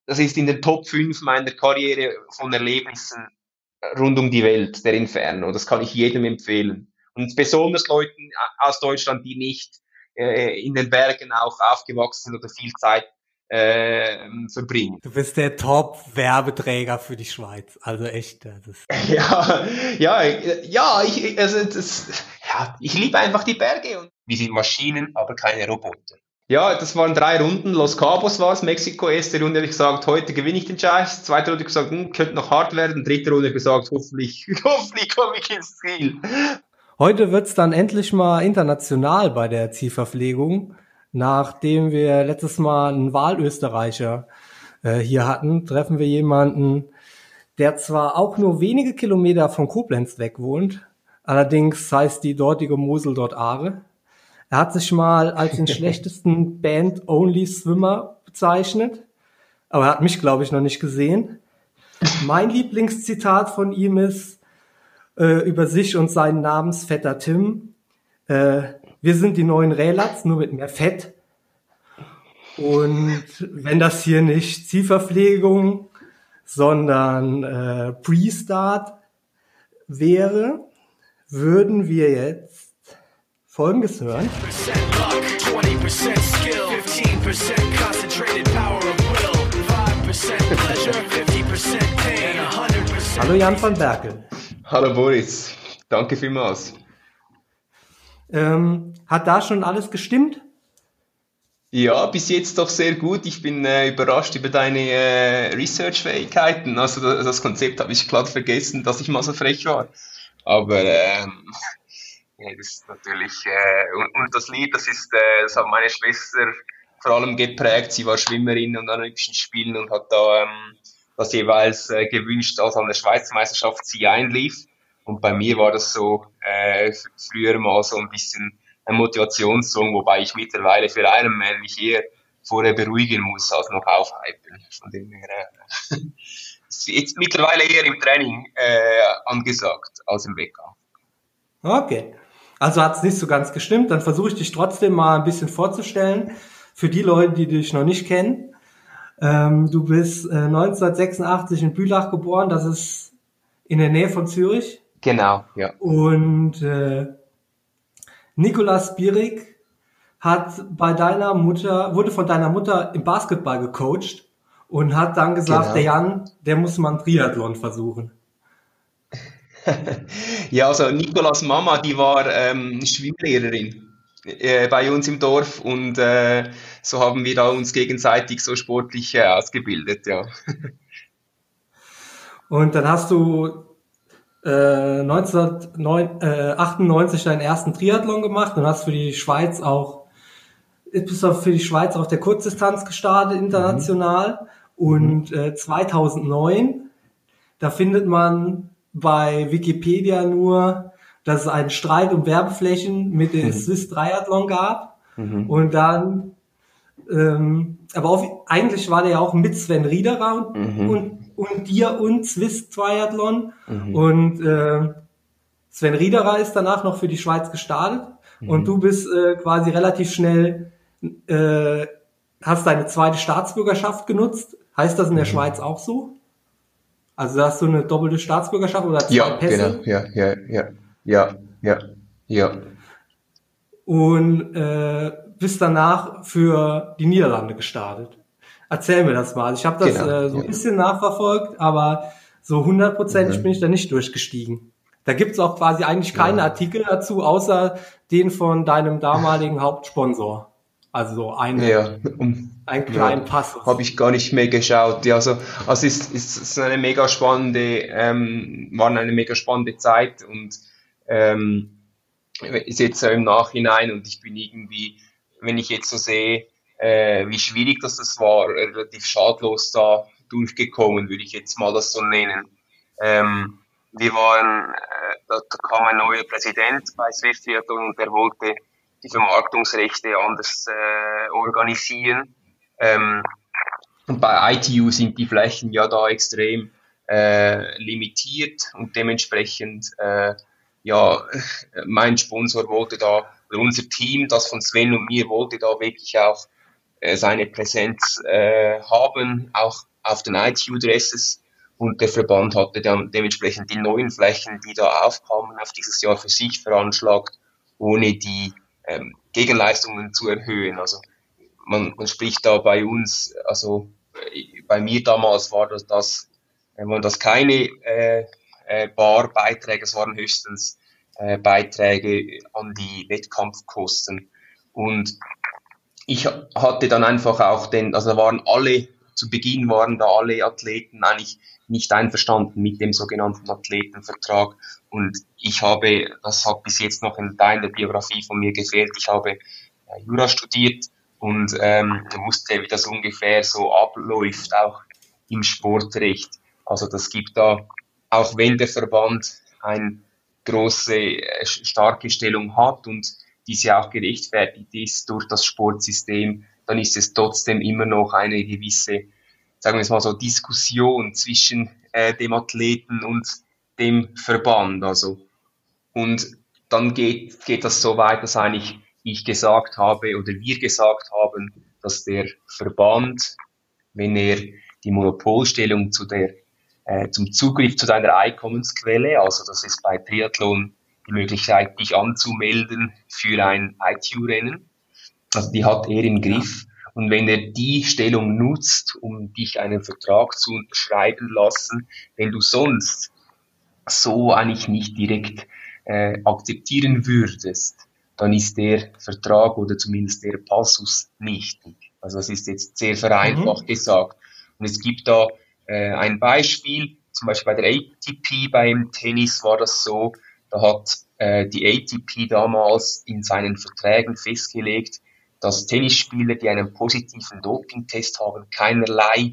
das ist in den Top 5 meiner Karriere von Erlebnissen rund um die Welt, der Inferno. Das kann ich jedem empfehlen. Und besonders Leuten aus Deutschland, die nicht in den Bergen auch aufgewachsen oder viel Zeit verbringen. Du bist der Top-Werbeträger für die Schweiz. Also echt, das ist ich liebe einfach die Berge. Und wir sind Maschinen, aber keine Roboter. Ja, das waren 3 Runden. Los Cabos war es, Mexiko. Erste Runde habe ich gesagt, heute gewinne ich den Scheiß. Zweite Runde habe ich gesagt, könnte noch hart werden. Dritte Runde habe ich gesagt, hoffentlich komme ich ins Ziel. Heute wird's dann endlich mal international bei der Zielverpflegung. Nachdem wir letztes Mal einen Wahlösterreicher hier hatten, treffen wir jemanden, der zwar auch nur wenige Kilometer von Koblenz weg wohnt, allerdings heißt die dortige Mosel dort Aare. Er hat sich mal als den schlechtesten Band-Only-Swimmer bezeichnet, aber er hat mich, glaube ich, noch nicht gesehen. Mein Lieblingszitat von ihm ist über sich und seinen Namensvetter Tim. Wir sind die neuen Rählats, nur mit mehr Fett. Und wenn das hier nicht Zielverpflegung, sondern Pre-Start wäre, würden wir jetzt Folgendes hören. Hallo Jan van Berkel. Hallo Boris, danke vielmals. Hat da schon alles gestimmt? Ja, bis jetzt doch sehr gut. Ich bin überrascht über deine Research-Fähigkeiten. Also das Konzept habe ich glatt vergessen, dass ich mal so frech war. Aber ja, das ist natürlich und das Lied, das hat meine Schwester vor allem geprägt. Sie war Schwimmerin und an Olympischen Spielen und hat da das jeweils gewünscht, als an der Schweizer Meisterschaft sie einlief. Und bei mir war das so früher mal so ein bisschen ein Motivationssong, wobei ich mittlerweile für Ironman mich eher vorher beruhigen muss, als noch aufhypen. Von dem her ist jetzt mittlerweile eher im Training angesagt als im Wettkampf. Okay. Also hat es nicht so ganz gestimmt. Dann versuche ich dich trotzdem mal ein bisschen vorzustellen. Für die Leute, die dich noch nicht kennen. Du bist 1986 in Bülach geboren. Das ist in der Nähe von Zürich. Genau, ja. Und Nicolas Bierig wurde von deiner Mutter im Basketball gecoacht und hat dann gesagt, genau, der Jan, der muss mal einen Triathlon versuchen. Ja, also Nicolas Mama, die war Schwimmlehrerin bei uns im Dorf und so haben wir da uns gegenseitig so sportlich ausgebildet, ja. Und dann hast du 1998 deinen ersten Triathlon gemacht und hast für die Schweiz auch der Kurzdistanz gestartet, international. Und 2009, da findet man bei Wikipedia nur, dass es einen Streit um Werbeflächen mit dem Swiss Triathlon gab. Und dann, eigentlich war der ja auch mit Sven Riederer und dir und Swiss Triathlon. Und Sven Riederer ist danach noch für die Schweiz gestartet. Und du bist quasi relativ schnell, hast deine zweite Staatsbürgerschaft genutzt. Heißt das in der Schweiz auch so? Also hast du eine doppelte Staatsbürgerschaft oder 2 Pässe? Genau. Ja. Und bist danach für die Niederlande gestartet. Erzähl mir das mal. Also ich habe das ein bisschen nachverfolgt, aber so 100% bin ich da nicht durchgestiegen. Da gibt's auch quasi eigentlich keine Artikel dazu, außer den von deinem damaligen Hauptsponsor. Also so einen kleinen Pass. Habe ich gar nicht mehr geschaut. Ja, also ist eine mega spannende, war eine mega spannende Zeit und ist jetzt im Nachhinein und ich bin irgendwie, wenn ich jetzt so sehe, wie schwierig das war, relativ schadlos da durchgekommen, würde ich jetzt mal das so nennen. Wir waren, da kam ein neuer Präsident bei Swiss Triathlon und der wollte die Vermarktungsrechte anders organisieren. Und bei ITU sind die Flächen ja da extrem limitiert und dementsprechend mein Sponsor wollte da, oder unser Team, das von Sven und mir wollte da wirklich auch seine Präsenz haben, auch auf den ITU-Dresses. Und der Verband hatte dann dementsprechend die neuen Flächen, die da aufkamen, auf dieses Jahr für sich veranschlagt, ohne die Gegenleistungen zu erhöhen. Also man spricht da bei uns, also bei mir damals waren das keine Barbeiträge, es waren höchstens Beiträge an die Wettkampfkosten. Und ich hatte dann einfach auch zu Beginn waren da alle Athleten eigentlich nicht einverstanden mit dem sogenannten Athletenvertrag. Und das hat bis jetzt noch in deiner Biografie von mir gefehlt, ich habe Jura studiert und wusste, wie das ungefähr so abläuft, auch im Sportrecht. Also das gibt da, auch wenn der Verband eine große, starke Stellung hat und diese auch gerechtfertigt ist durch das Sportsystem, dann ist es trotzdem immer noch eine gewisse, sagen wir es mal so, Diskussion zwischen dem Athleten und dem Verband. Also. Und dann geht das so weit, dass eigentlich ich gesagt habe oder wir gesagt haben, dass der Verband, wenn er die Monopolstellung zum Zugriff zu deiner Einkommensquelle, also das ist bei Triathlon die Möglichkeit, dich anzumelden für ein ITU-Rennen, also die hat er im Griff. Und wenn er die Stellung nutzt, um dich einen Vertrag zu unterschreiben lassen, den du sonst so eigentlich nicht direkt akzeptieren würdest, dann ist der Vertrag oder zumindest der Passus nichtig. Also das ist jetzt sehr vereinfacht gesagt. Und es gibt da ein Beispiel, zum Beispiel bei der ATP beim Tennis war das so, da hat die ATP damals in seinen Verträgen festgelegt, dass Tennisspieler, die einen positiven Dopingtest haben, keinerlei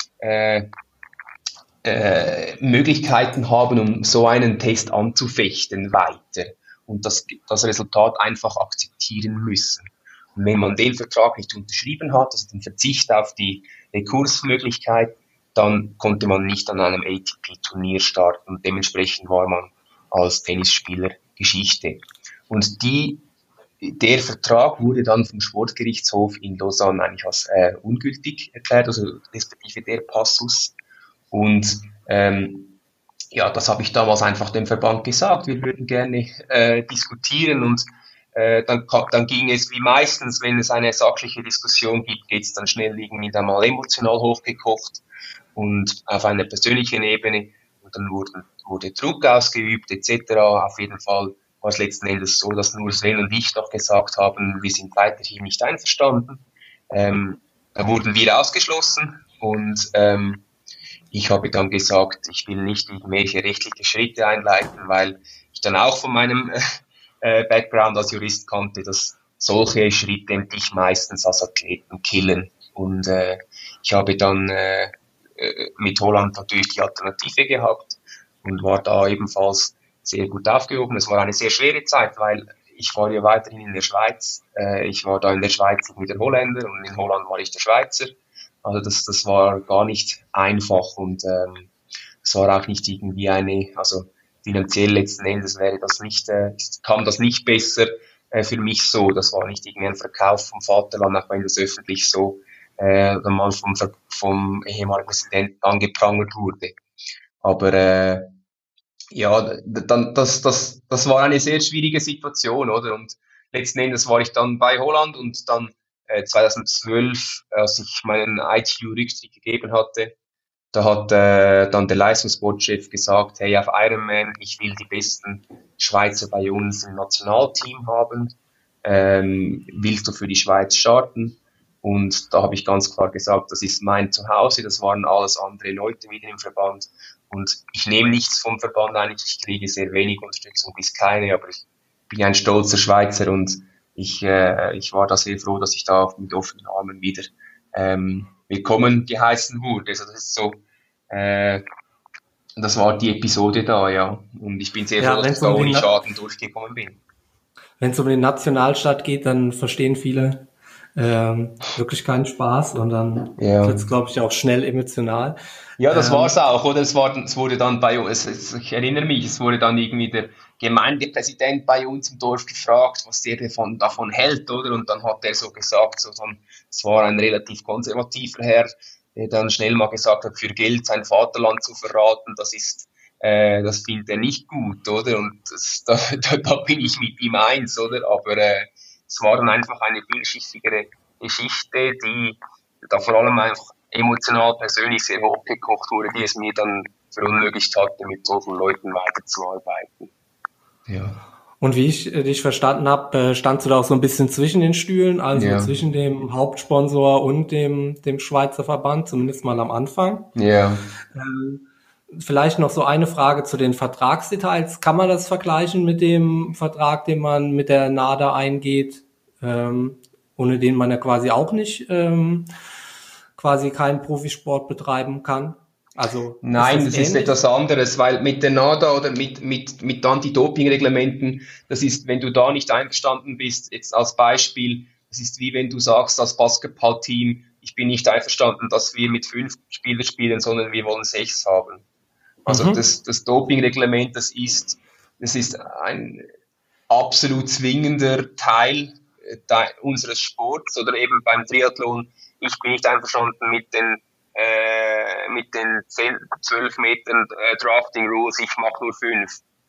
Möglichkeiten haben, um so einen Test anzufechten weiter und das Resultat einfach akzeptieren müssen. Und wenn man den Vertrag nicht unterschrieben hat, also den Verzicht auf die Rekursmöglichkeit, dann konnte man nicht an einem ATP-Turnier starten und dementsprechend war man als Tennisspieler Geschichte. Und der Vertrag wurde dann vom Sportgerichtshof in Lausanne eigentlich als ungültig erklärt, also respektive der Passus. Und das habe ich damals einfach dem Verband gesagt, wir würden gerne diskutieren und dann ging es wie meistens, wenn es eine sachliche Diskussion gibt, geht es dann schnell irgendwie dann mal emotional hochgekocht und auf einer persönlichen Ebene und dann wurde Druck ausgeübt etc. Auf jeden Fall war es letzten Endes so, dass nur Sven und ich doch gesagt haben, wir sind weiterhin nicht einverstanden. Da wurden wir ausgeschlossen und ich habe dann gesagt, ich will nicht irgendwelche rechtliche Schritte einleiten, weil ich dann auch von meinem Background als Jurist kannte, dass solche Schritte dich meistens als Athleten killen. Und ich habe dann mit Holland natürlich die Alternative gehabt und war da ebenfalls sehr gut aufgehoben. Es war eine sehr schwere Zeit, weil ich war ja weiterhin in der Schweiz. Ich war da in der Schweiz mit der Holländer und in Holland war ich der Schweizer. Also das war gar nicht einfach und es war auch nicht irgendwie also finanziell letzten Endes kam das nicht besser für mich so. Das war nicht irgendwie ein Verkauf vom Vaterland, auch wenn das öffentlich so mal vom ehemaligen Präsidenten angeprangert wurde. Aber das war eine sehr schwierige Situation, oder? Und letzten Endes war ich dann bei Holland und dann 2012, als ich meinen ITU-Rücktritt gegeben hatte, da hat dann der Leistungssportchef gesagt, hey, auf Ironman, ich will die besten Schweizer bei uns im Nationalteam haben. Willst du für die Schweiz starten? Und da habe ich ganz klar gesagt, das ist mein Zuhause, das waren alles andere Leute wieder im Verband. Und ich nehme nichts vom Verband eigentlich, ich kriege sehr wenig Unterstützung, bis keine, aber ich bin ein stolzer Schweizer und ich war da sehr froh, dass ich da mit offenen Armen wieder willkommen geheißen wurde. Also das ist so, das war die Episode da, ja. Und ich bin sehr froh, dass ich da ohne Schaden durchgekommen bin. Wenn es um den Nationalstaat geht, dann verstehen viele wirklich keinen Spaß und dann wird es, glaube ich, auch schnell emotional. Ja, das war's auch, oder? Es wurde dann bei uns, ich erinnere mich, es wurde dann irgendwie der Gemeindepräsident bei uns im Dorf gefragt, was der davon hält, oder? Und dann hat er so gesagt, es war ein relativ konservativer Herr, der dann schnell mal gesagt hat, für Geld sein Vaterland zu verraten, das findet er nicht gut, oder? Und da bin ich mit ihm eins, oder? Aber es war dann einfach eine vielschichtigere Geschichte, die da vor allem einfach emotional, persönlich sehr hochgekocht wurde, die es mir dann verunmöglicht hatte, mit solchen Leuten weiterzuarbeiten. Ja. Und wie ich dich verstanden habe, standst du da auch so ein bisschen zwischen den Stühlen, also zwischen dem Hauptsponsor und dem Schweizer Verband, zumindest mal am Anfang. Ja. Vielleicht noch so eine Frage zu den Vertragsdetails. Kann man das vergleichen mit dem Vertrag, den man mit der NADA eingeht, ohne den man ja quasi auch nicht quasi keinen Profisport betreiben kann? Also nein, das ist etwas anderes, weil mit der NADA oder mit Anti-Doping-Reglementen, das ist, wenn du da nicht einverstanden bist, jetzt als Beispiel, das ist wie wenn du sagst, als Basketballteam, ich bin nicht einverstanden, dass wir mit 5 Spielern spielen, sondern wir wollen 6 haben. Also das Doping-Reglement, das ist ein absolut zwingender Teil unseres Sports, oder eben beim Triathlon. Ich bin nicht einverstanden mit den 10, 12 Metern Drafting Rules, ich mache nur 5.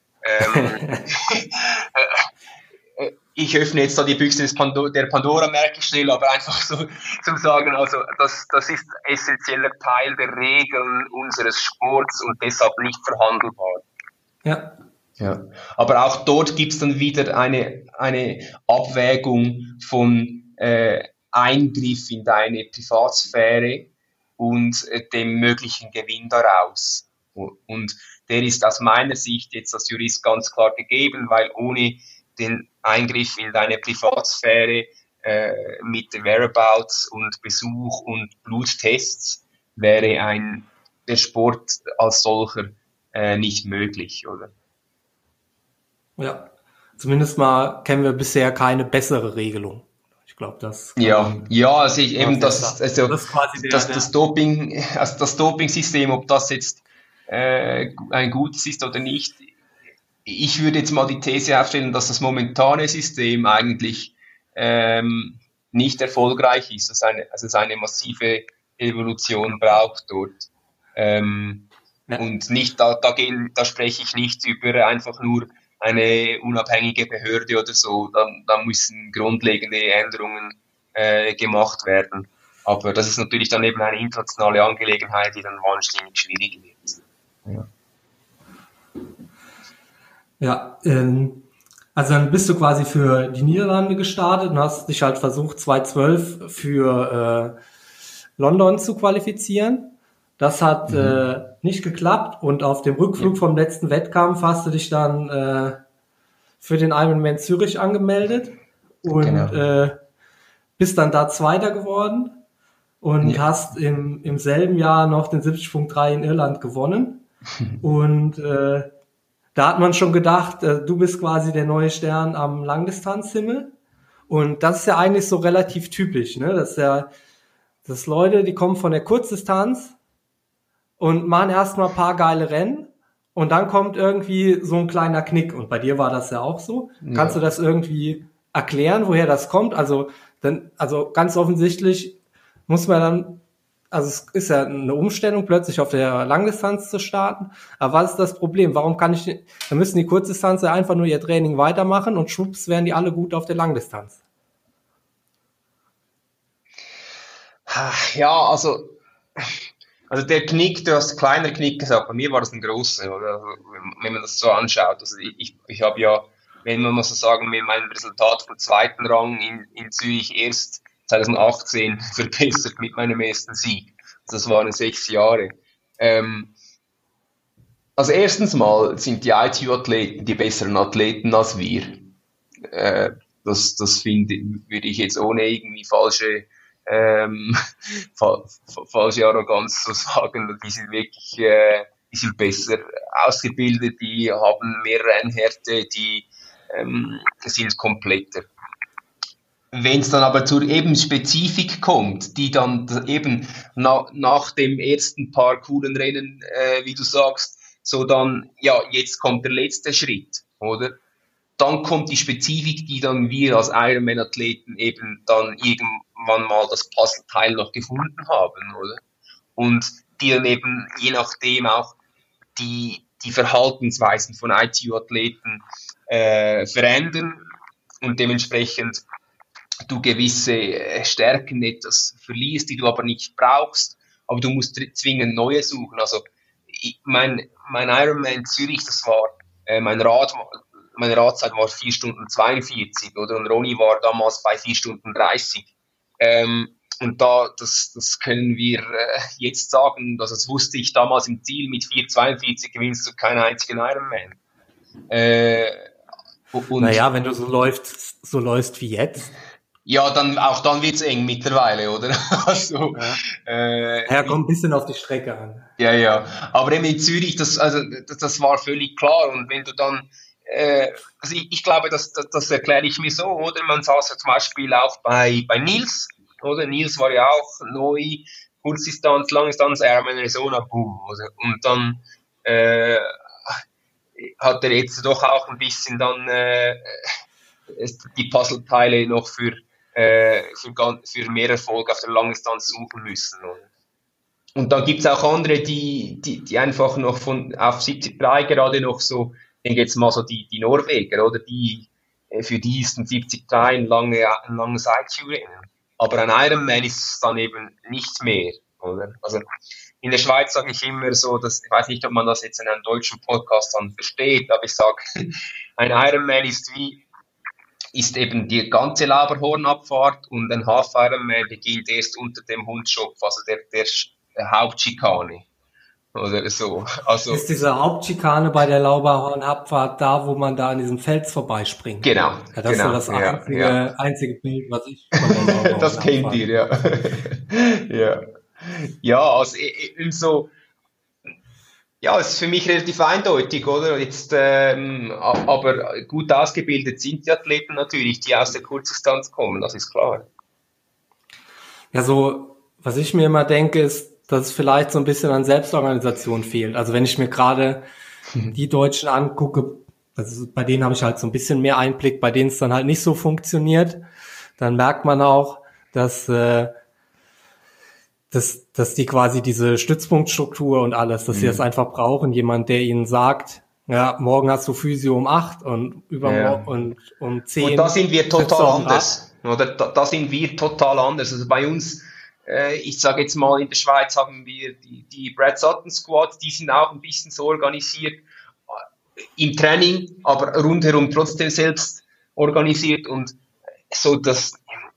Ich öffne jetzt da die Büchse der Pandora, merke ich schnell, aber einfach so zum Sagen, also das ist essentieller Teil der Regeln unseres Sports und deshalb nicht verhandelbar. Ja. Ja. Aber auch dort gibt's dann wieder eine Abwägung von Eingriff in deine Privatsphäre und dem möglichen Gewinn daraus. Und der ist aus meiner Sicht jetzt als Jurist ganz klar gegeben, weil ohne den Eingriff in deine Privatsphäre mit Whereabouts und Besuch und Bluttests wäre der Sport als solcher nicht möglich, oder? Ja, zumindest mal kennen wir bisher keine bessere Regelung. Ich glaube, das also das Doping-System, ob das jetzt ein gutes ist oder nicht. Ich würde jetzt mal die These aufstellen, dass das momentane System eigentlich nicht erfolgreich ist, dass es eine massive Evolution braucht dort. Und nicht da spreche ich nicht über einfach nur eine unabhängige Behörde oder so, da müssen grundlegende Änderungen gemacht werden. Aber das ist natürlich dann eben eine internationale Angelegenheit, die dann wahnsinnig schwierig wird. Ja, also dann bist du quasi für die Niederlande gestartet und hast dich halt versucht, 2012 für London zu qualifizieren. Das hat nicht geklappt und auf dem Rückflug vom letzten Wettkampf hast du dich dann für den Ironman Zürich angemeldet und bist dann da Zweiter geworden und hast im selben Jahr noch den 70.3 in Irland gewonnen. Und da hat man schon gedacht, du bist quasi der neue Stern am Langdistanzhimmel. Und das ist ja eigentlich so relativ typisch, ne? Das Leute, die kommen von der Kurzdistanz und machen erstmal ein paar geile Rennen und dann kommt irgendwie so ein kleiner Knick. Und bei dir war das ja auch so. Ja. Kannst du das irgendwie erklären, woher das kommt? Also ganz offensichtlich muss man dann, also es ist ja eine Umstellung, plötzlich auf der Langdistanz zu starten. Aber was ist das Problem? Da müssen die Kurzdistanzler einfach nur ihr Training weitermachen und schwupps werden die alle gut auf der Langdistanz. Ja, also der Knick, du hast kleiner Knick gesagt, bei mir war das ein großer, oder? Also, wenn man das so anschaut. Also ich habe ja, wenn man mal so sagen, mit meinem Resultat vom 2. Rang in Zürich erst 2018 verbessert mit meinem ersten Sieg. Das waren 6 Jahre. Also erstens mal sind die ITU-Athleten die besseren Athleten als wir. Das würde ich jetzt ohne irgendwie falsche Arroganz zu sagen, die sind wirklich, die sind besser ausgebildet, die haben mehr Rennhärte, die sind kompletter. Wenn es dann aber zur eben Spezifik kommt, die dann eben nach dem ersten paar coolen Rennen, wie du sagst, so dann, ja, jetzt kommt der letzte Schritt. oder? Dann kommt die Spezifik, die dann wir als Ironman-Athleten eben dann irgendwann mal das Puzzleteil noch gefunden haben, oder? Und die dann eben je nachdem auch die Verhaltensweisen von ITU-Athleten verändern und dementsprechend du gewisse Stärken etwas verlierst, die du aber nicht brauchst, aber du musst zwingend neue suchen. Also mein Ironman Zürich, das war meine Radzeit war 4 Stunden 42, oder? Und Ronny war damals bei 4 Stunden 30. Und das können wir jetzt sagen, also das wusste ich damals im Ziel, mit 4,42 gewinnst du keinen einzigen Ironman. Naja, wenn du so läufst wie jetzt. Ja, dann wird's eng mittlerweile, oder? Also, ja, kommt ein bisschen auf die Strecke an. Ja. Aber eben in Zürich, das war völlig klar. Und wenn du dann, also ich glaube, das erkläre ich mir so, oder? Man saß ja zum Beispiel auch bei Nils, oder? Nils war ja auch neu, Kurzdistanz, Langdistanz, Ironman Arizona, boom, oder? Und dann hat er jetzt doch auch ein bisschen dann die Puzzleteile noch für mehr Erfolg auf der Langdistanz suchen müssen. Oder? Und dann gibt's auch andere, die einfach noch auf 73 gerade noch so, ich denke jetzt mal so die Norweger, oder für die ist ein 73 ein langes IQ-Rennen. Aber ein Ironman ist es dann eben nicht mehr, oder? Also in der Schweiz sage ich immer so, dass, ich weiß nicht, ob man das jetzt in einem deutschen Podcast dann versteht, aber ich sage, ein Ironman ist eben die ganze Lauberhornabfahrt und ein Half-Ironman beginnt erst unter dem Hundschopf, also der Hauptschikane. Oder so. Also, ist diese Hauptschikane bei der Lauberhornabfahrt da, wo man da an diesem Fels vorbeispringt? Genau. Ja, das ist so das einzige Bild, was ich von der Lauberhornabfahrt das kennt ihr, ja. Ja. Ja, also so. Ja, es ist für mich relativ eindeutig, oder? Jetzt, aber gut ausgebildet sind die Athleten natürlich, die aus der Kurzdistanz kommen, das ist klar. Ja, so, was ich mir immer denke, ist, dass es vielleicht so ein bisschen an Selbstorganisation fehlt. Also wenn ich mir gerade die Deutschen angucke, also bei denen habe ich halt so ein bisschen mehr Einblick, bei denen es dann halt nicht so funktioniert, dann merkt man auch, dass die quasi diese Stützpunktstruktur und alles, dass sie das einfach brauchen, jemand, der ihnen sagt, ja, morgen hast du Physio um 8 und übermorgen und um 10. Und da sind wir total anders. Oder da sind wir total anders. Also bei uns, ich sage jetzt mal, in der Schweiz haben wir die Brad Sutton Squad, die sind auch ein bisschen so organisiert im Training, aber rundherum trotzdem selbst organisiert und so das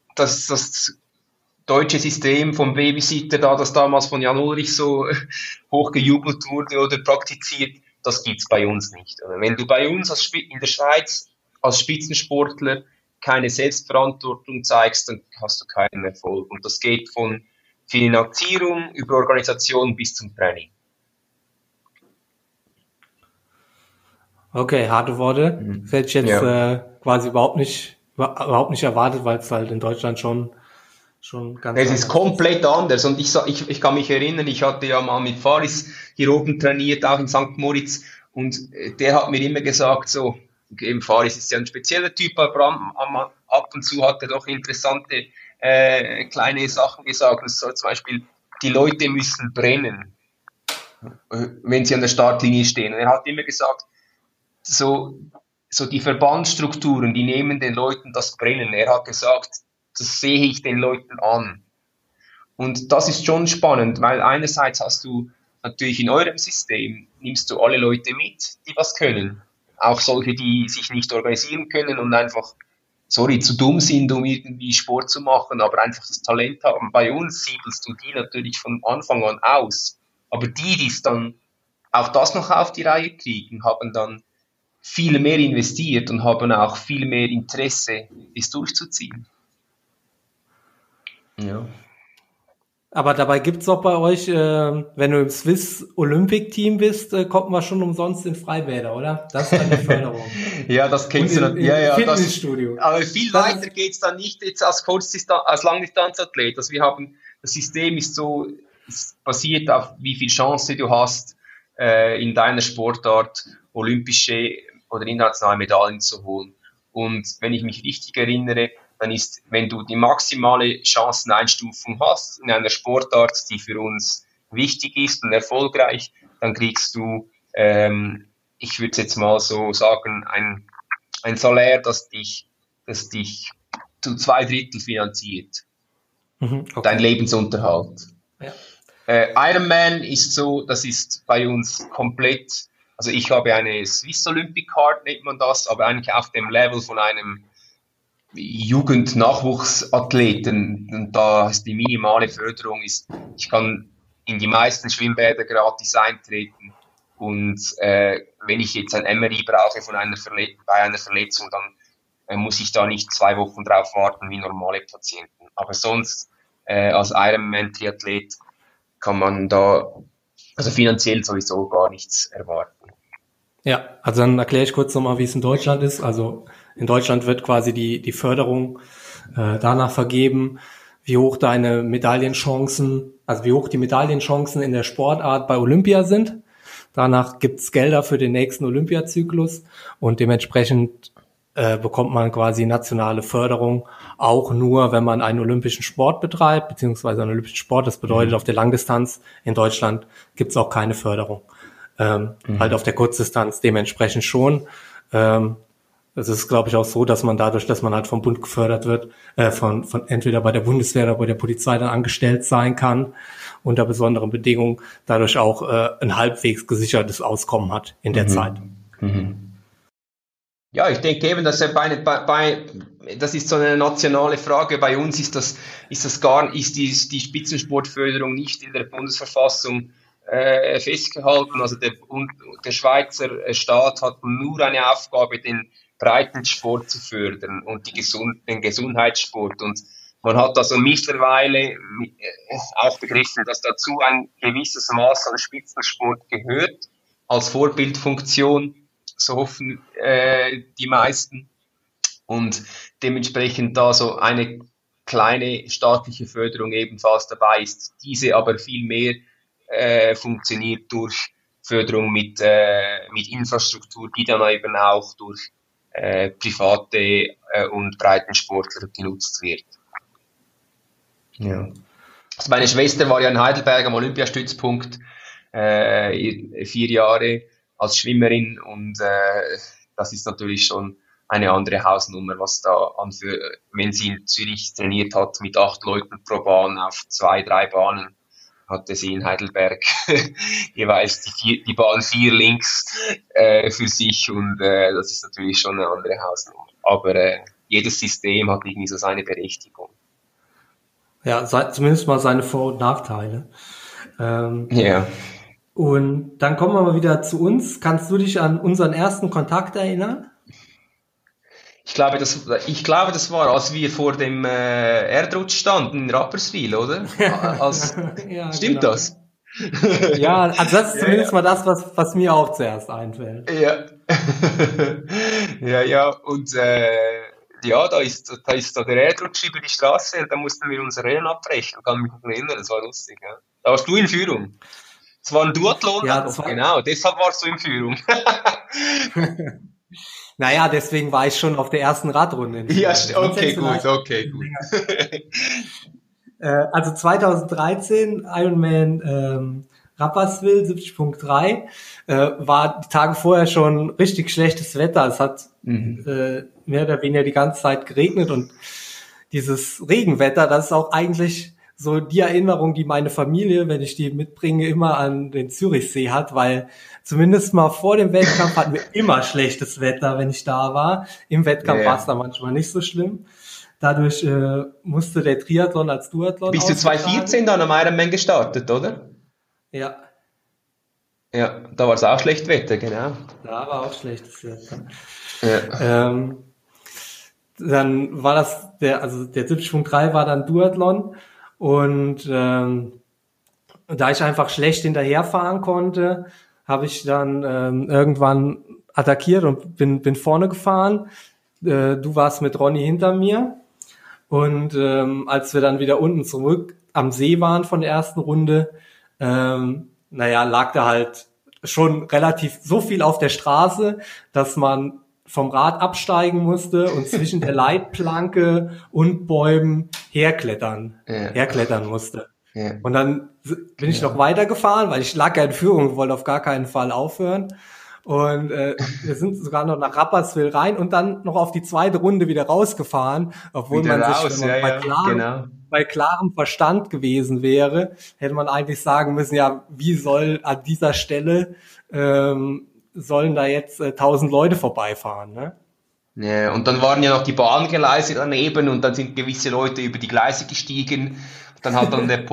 deutsche System vom Babysitter, das damals von Jan Ulrich so hochgejubelt wurde oder praktiziert, das gibt's bei uns nicht. Wenn du bei uns in der Schweiz als Spitzensportler keine Selbstverantwortung zeigst, dann hast du keinen Erfolg. Und das geht von Finanzierung über Organisation bis zum Training. Okay, harte Worte. Das hätte ich jetzt quasi überhaupt nicht erwartet, weil es halt in Deutschland schon ganz es ist komplett anders und ich kann mich erinnern, ich hatte ja mal mit Faris hier oben trainiert, auch in St. Moritz und der hat mir immer gesagt, so, eben Faris ist ja ein spezieller Typ, aber ab und zu hat er doch interessante kleine Sachen gesagt, so zum Beispiel, die Leute müssen brennen, wenn sie an der Startlinie stehen. Und er hat immer gesagt, so die Verbandsstrukturen, die nehmen den Leuten das Brennen. Er hat gesagt, das sehe ich den Leuten an. Und das ist schon spannend, weil einerseits hast du natürlich in eurem System, nimmst du alle Leute mit, die was können. Auch solche, die sich nicht organisieren können und einfach, zu dumm sind, um irgendwie Sport zu machen, aber einfach das Talent haben. Bei uns siedelst du die natürlich von Anfang an aus. Aber die es dann auch das noch auf die Reihe kriegen, haben dann viel mehr investiert und haben auch viel mehr Interesse, es durchzuziehen. Ja. Aber dabei gibt's doch bei euch, wenn du im Swiss Olympic Team bist, kommt man schon umsonst in Freibäder, oder? Das ist eine Förderung. Ja, das kennst du natürlich. Ja, Fitnessstudio. Aber viel weiter geht's dann nicht jetzt als Langdistanzathlet. Also das System ist basiert auf wie viel Chance du hast, in deiner Sportart olympische oder internationale Medaillen zu holen. Und wenn ich mich richtig erinnere, dann ist, wenn du die maximale Chanceneinstufung hast in einer Sportart, die für uns wichtig ist und erfolgreich, dann kriegst du, ich würde jetzt mal so sagen, ein Salär, das dich zu 2 Drittel finanziert. Okay. Dein Lebensunterhalt. Ja. Ironman ist so, das ist bei uns komplett, also ich habe eine Swiss Olympic Card, nennt man das, aber eigentlich auf dem Level von einem Jugend-Nachwuchsathleten. Und da ist die minimale Förderung ist, ich kann in die meisten Schwimmbäder gratis eintreten. Und wenn ich jetzt ein MRI brauche bei einer Verletzung, dann muss ich da nicht 2 Wochen drauf warten wie normale Patienten. Aber sonst als Ironman-Triathlet kann man da also finanziell sowieso gar nichts erwarten. Ja, also dann erkläre ich kurz nochmal, wie es in Deutschland ist. Also in Deutschland wird quasi die Förderung danach vergeben, wie hoch deine Medaillenchancen, also wie hoch die Medaillenchancen in der Sportart bei Olympia sind. Danach gibt's Gelder für den nächsten Olympiazyklus und dementsprechend bekommt man quasi nationale Förderung, auch nur, wenn man einen olympischen Sport betreibt, beziehungsweise einen olympischen Sport. Das bedeutet, auf der Langdistanz in Deutschland gibt's auch keine Förderung. Halt auf der Kurzdistanz dementsprechend schon. Es ist, glaube ich, auch so, dass man dadurch, dass man halt vom Bund gefördert wird, von entweder bei der Bundeswehr oder bei der Polizei dann angestellt sein kann, unter besonderen Bedingungen, dadurch auch ein halbwegs gesichertes Auskommen hat in der Zeit. Ja, ich denke eben, dass das ist so eine nationale Frage. Bei uns ist die Spitzensportförderung nicht in der Bundesverfassung festgehalten. Also der Schweizer Staat hat nur eine Aufgabe, den Breitensport zu fördern und den Gesundheitssport. Und man hat also mittlerweile auch begriffen, dass dazu ein gewisses Maß an Spitzensport gehört, als Vorbildfunktion. So hoffen die meisten. Und dementsprechend da so eine kleine staatliche Förderung ebenfalls dabei ist. Diese aber viel mehr funktioniert durch Förderung mit Infrastruktur, die dann eben auch durch private und Breitensportler genutzt wird. Ja. Also meine Schwester war ja in Heidelberg am Olympiastützpunkt 4 Jahre als Schwimmerin und das ist natürlich schon eine andere Hausnummer, was da wenn sie in Zürich trainiert hat mit 8 Leuten pro Bahn auf 2, 3 Bahnen, hatte sie in Heidelberg jeweils die Bahn 4 links für sich und das ist natürlich schon eine andere Hausnummer. Aber jedes System hat irgendwie so seine Berechtigung. Ja, zumindest mal seine Vor- und Nachteile. Ja. Und dann kommen wir mal wieder zu uns. Kannst du dich an unseren ersten Kontakt erinnern? Ich glaube, das war, als wir vor dem Erdrutsch standen in Rapperswil, oder? Ja, stimmt genau. Das? Ja, also das ist zumindest mal das, was mir auch zuerst einfällt. Ja. ja, und da ist da der Erdrutsch über die Straße und da mussten wir unser Rennen abbrechen. Kann mich noch erinnern, das war lustig. Ja. Da warst du in Führung. Es war ein Duathlon, ja, genau, deshalb warst du in Führung. Naja, deswegen war ich schon auf der ersten Radrunde. Ja, okay, gut. Also 2013 Ironman Rapperswil 70.3 war die Tage vorher schon richtig schlechtes Wetter. Es hat mehr oder weniger die ganze Zeit geregnet und dieses Regenwetter, das ist auch eigentlich so die Erinnerung, die meine Familie, wenn ich die mitbringe, immer an den Zürichsee hat, weil zumindest mal vor dem Wettkampf hatten wir immer schlechtes Wetter, wenn ich da war. Im Wettkampf war es dann manchmal nicht so schlimm. Dadurch musste der Triathlon als Duathlon Bist du 2014 dann am Ironman gestartet, oder? Ja. Ja, da war es auch schlecht Wetter, genau. Da war auch schlechtes Wetter. Ja. Dann war der 70.3 war dann Duathlon und da ich einfach schlecht hinterherfahren konnte, habe ich dann irgendwann attackiert und bin vorne gefahren. Du warst mit Ronny hinter mir und als wir dann wieder unten zurück am See waren von der ersten Runde, lag da halt schon relativ so viel auf der Straße, dass man vom Rad absteigen musste und zwischen der Leitplanke und Bäumen herklettern musste. Ja. Und dann bin ich noch weitergefahren, weil ich lag ja in Führung, wollte auf gar keinen Fall aufhören. Und wir sind sogar noch nach Rapperswil rein und dann noch auf die zweite Runde wieder rausgefahren, obwohl Wieder man raus, sich, wenn man bei klarem Verstand gewesen wäre, hätte man eigentlich sagen müssen, ja, wie soll an dieser Stelle sollen da jetzt 1000 Leute vorbeifahren, ne? Ja, und dann waren ja noch die Bahngleise daneben und dann sind gewisse Leute über die Gleise gestiegen. Dann hat dann der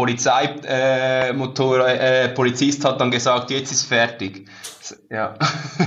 Polizist hat dann gesagt, jetzt ist fertig. Ja.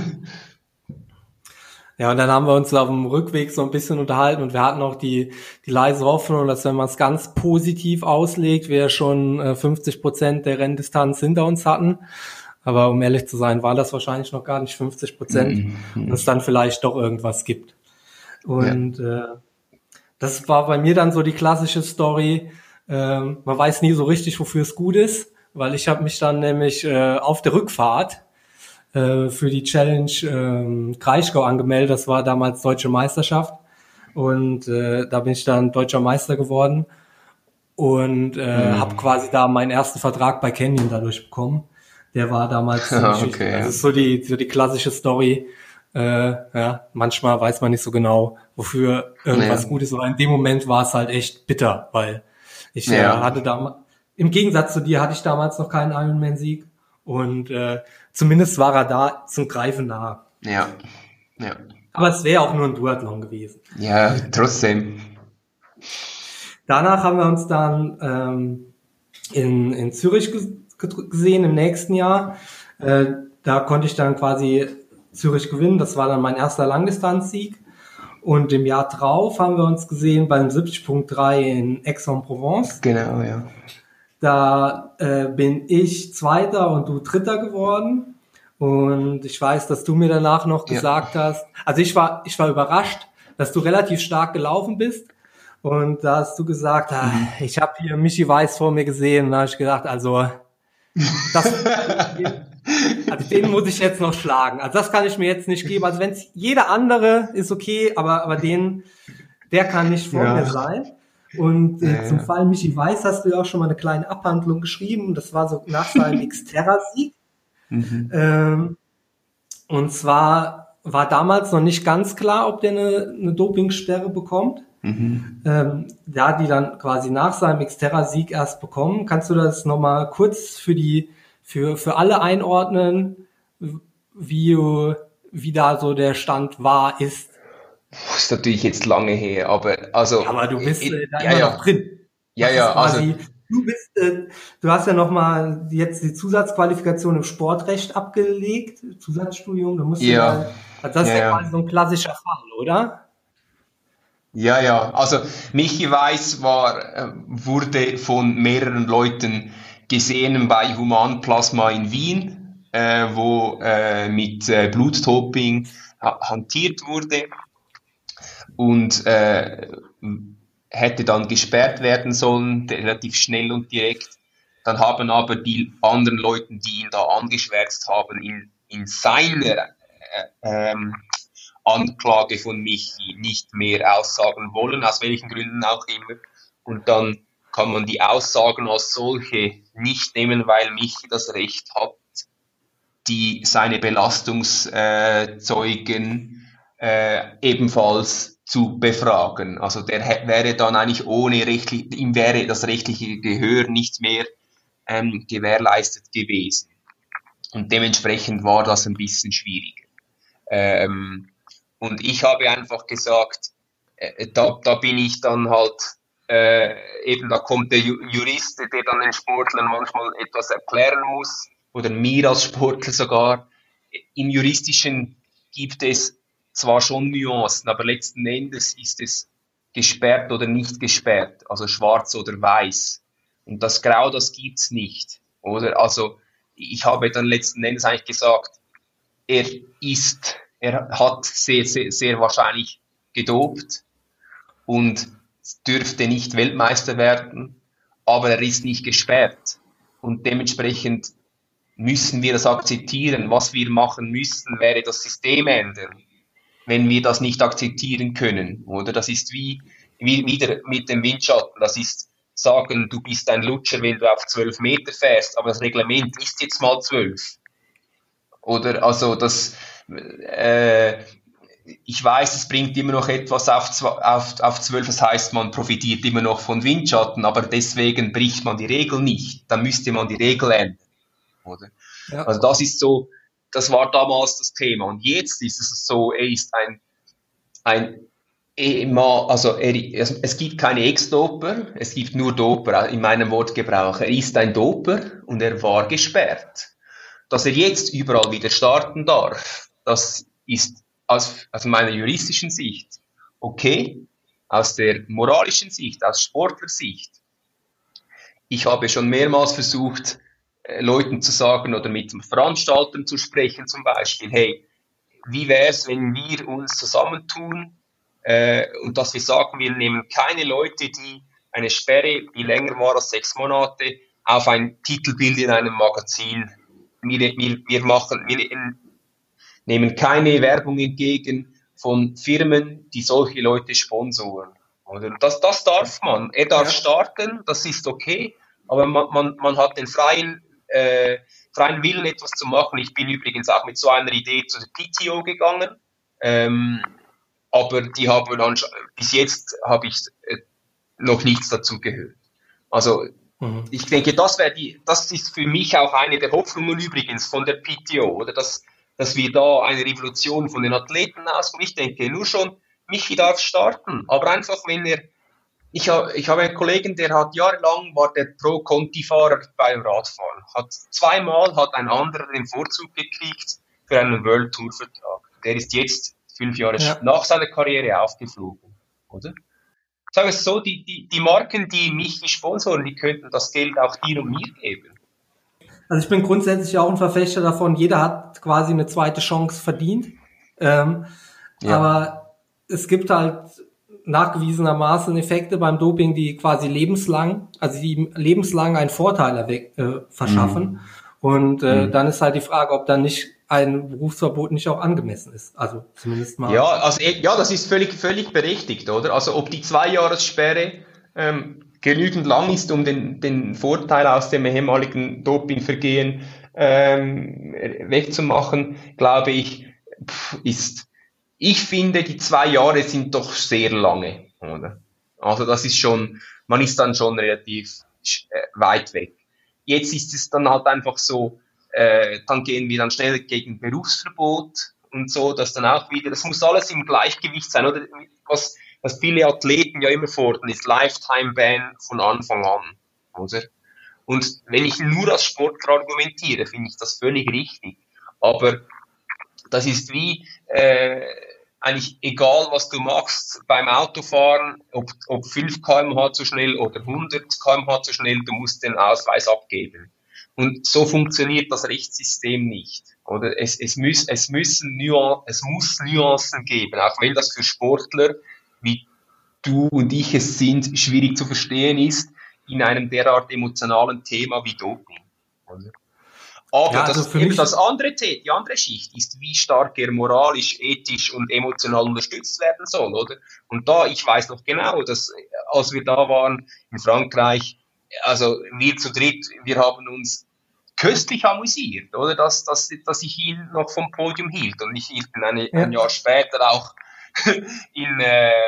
Ja, und dann haben wir uns auf dem Rückweg so ein bisschen unterhalten und wir hatten auch die leise Hoffnung, dass wenn man es ganz positiv auslegt, wir schon 50% der Renndistanz hinter uns hatten. Aber um ehrlich zu sein, war das wahrscheinlich noch gar nicht 50% und es dann vielleicht doch irgendwas gibt. Und das war bei mir dann so die klassische Story. Man weiß nie so richtig, wofür es gut ist, weil ich habe mich dann nämlich auf der Rückfahrt für die Challenge Kraichgau angemeldet. Das war damals Deutsche Meisterschaft und da bin ich dann Deutscher Meister geworden und habe quasi da meinen ersten Vertrag bei Canyon dadurch bekommen. Der war damals ziemlich wichtig. Das ist so die klassische Story. Manchmal weiß man nicht so genau, wofür irgendwas gut ist, aber in dem Moment war es halt echt bitter, weil ich hatte damals, im Gegensatz zu dir hatte ich damals noch keinen Ironman-Sieg und zumindest war er da zum Greifen nah. Ja. Aber es wäre auch nur ein Duathlon gewesen. Ja, trotzdem. Danach haben wir uns dann in Zürich gesehen im nächsten Jahr. Da konnte ich dann quasi Zürich gewinnen. Das war dann mein erster Langdistanzsieg. Und im Jahr drauf haben wir uns gesehen beim 70.3 in Aix-en-Provence. Genau, ja. Da bin ich Zweiter und du Dritter geworden. Und ich weiß, dass du mir danach noch gesagt hast, also ich war überrascht, dass du relativ stark gelaufen bist. Und da hast du gesagt, ich habe hier Michi Weiß vor mir gesehen. Und da habe ich gedacht, also den muss ich jetzt noch schlagen. Also das kann ich mir jetzt nicht geben. Also wenn es jeder andere ist okay, aber der kann nicht vor mir sein. Und zum Fall Michi Weiß hast du ja auch schon mal eine kleine Abhandlung geschrieben. Das war so nach seinem Xterra-Sieg. Und zwar war damals noch nicht ganz klar, ob der eine Dopingsperre bekommt. Da die dann quasi nach seinem Xterra-Sieg erst bekommen. Kannst du das nochmal kurz für alle einordnen, wie da so der Stand ist? Das ist natürlich jetzt lange her, aber also. Aber du bist da immer noch drin. Also. Du hast ja nochmal jetzt die Zusatzqualifikation im Sportrecht abgelegt, Zusatzstudium, da musst du also das ist ja quasi so ein klassischer Fall, oder? Ja, also Michi Weiß wurde von mehreren Leuten gesehen bei Humanplasma in Wien, wo mit Blutdoping hantiert wurde und hätte dann gesperrt werden sollen, relativ schnell und direkt. Dann haben aber die anderen Leute, die ihn da angeschwärzt haben, in seiner Anklage von Michi nicht mehr aussagen wollen, aus welchen Gründen auch immer. Und dann kann man die Aussagen als solche nicht nehmen, weil Michi das Recht hat, seine Belastungszeugen ebenfalls zu befragen. Also der wäre dann eigentlich ihm wäre das rechtliche Gehör nicht mehr gewährleistet gewesen. Und dementsprechend war das ein bisschen schwieriger. Und ich habe einfach gesagt, da bin ich dann halt, da kommt der Jurist, der dann den Sportlern manchmal etwas erklären muss, oder mir als Sportler sogar. Im Juristischen gibt es zwar schon Nuancen, aber letzten Endes ist es gesperrt oder nicht gesperrt, also schwarz oder weiß. Und das Grau, das gibt's nicht, oder? Also, ich habe dann letzten Endes eigentlich gesagt, er hat sehr, sehr, sehr wahrscheinlich gedopt und dürfte nicht Weltmeister werden, aber er ist nicht gesperrt. Und dementsprechend müssen wir das akzeptieren. Was wir machen müssen, wäre das System ändern, wenn wir das nicht akzeptieren können, oder? Das ist wie wieder mit dem Windschatten. Das ist sagen, du bist ein Lutscher, wenn du auf 12 Meter fährst, aber das Reglement ist jetzt mal 12. Oder, also ich weiß, es bringt immer noch etwas auf 12, das heißt, man profitiert immer noch von Windschatten, aber deswegen bricht man die Regel nicht. Dann müsste man die Regel ändern, oder? Ja. Also das ist so, das war damals das Thema. Und jetzt ist es so, er ist es gibt keine Ex-Doper, es gibt nur Doper in meinem Wortgebrauch. Er ist ein Doper und er war gesperrt. Dass er jetzt überall wieder starten darf, das ist aus meiner juristischen Sicht okay, aus der moralischen Sicht, aus Sportlersicht. Ich habe schon mehrmals versucht, Leuten zu sagen oder mit Veranstaltern zu sprechen zum Beispiel, hey, wie wäre es, wenn wir uns zusammentun und dass wir sagen, wir nehmen keine Leute, die eine Sperre, die länger war als 6 Monate, auf ein Titelbild in einem Magazin. Wir nehmen keine Werbung entgegen von Firmen, die solche Leute sponsoren. Oder? Das darf man. Er darf starten, das ist okay, aber man hat den freien Willen, etwas zu machen. Ich bin übrigens auch mit so einer Idee zu der PTO gegangen, aber die haben dann, bis jetzt habe ich noch nichts dazu gehört. Also ich denke, das ist für mich auch eine der Hoffnungen übrigens von der PTO, oder dass wir da eine Revolution von den Athleten auskommen. Ich denke, nur schon, Michi darf starten, aber einfach, wenn ich habe einen Kollegen, der hat jahrelang, war der Pro-Conti-Fahrer beim Radfahren, zweimal hat ein anderer den Vorzug gekriegt für einen World Tour-Vertrag. Der ist jetzt 5 Jahre nach seiner Karriere aufgeflogen, oder? Ich sage es so, die Marken, die mich sponsoren, die könnten das Geld auch dir und mir geben. Also ich bin grundsätzlich auch ein Verfechter davon, jeder hat quasi eine zweite Chance verdient. Aber es gibt halt nachgewiesenermaßen Effekte beim Doping, die quasi lebenslang einen Vorteil verschaffen. Und dann ist halt die Frage, ob dann nicht ein Berufsverbot nicht auch angemessen ist. Also zumindest mal. Ja, das ist völlig berechtigt, oder? Also ob die 2-Jahressperre genügend lang ist, um den Vorteil aus dem ehemaligen Dopingvergehen wegzumachen, glaube ich, ich finde, die 2 Jahre sind doch sehr lange, oder? Also das ist schon, man ist dann schon relativ weit weg. Jetzt ist es dann halt einfach so, dann gehen wir dann schnell gegen Berufsverbot und so, dass dann auch wieder, das muss alles im Gleichgewicht sein, oder? Was viele Athleten ja immer fordern, ist Lifetime-Ban von Anfang an, oder? Und wenn ich nur als Sportler argumentiere, finde ich das völlig richtig. Aber das ist wie eigentlich egal, was du machst beim Autofahren, ob 5 km/h zu schnell oder 100 km/h zu schnell, du musst den Ausweis abgeben. Und so funktioniert das Rechtssystem nicht. Oder es muss Nuancen geben, auch wenn das für Sportler, wie du und ich es sind, schwierig zu verstehen ist, in einem derart emotionalen Thema wie Doping. Oder? Aber die andere Schicht ist, wie stark er moralisch, ethisch und emotional unterstützt werden soll, oder? Und ich weiß noch genau, dass, als wir da waren in Frankreich, also wir zu dritt, wir haben uns köstlich amüsiert, oder? Dass ich ihn noch vom Podium hielt. Und ich hielt ihn ein Jahr später auch in,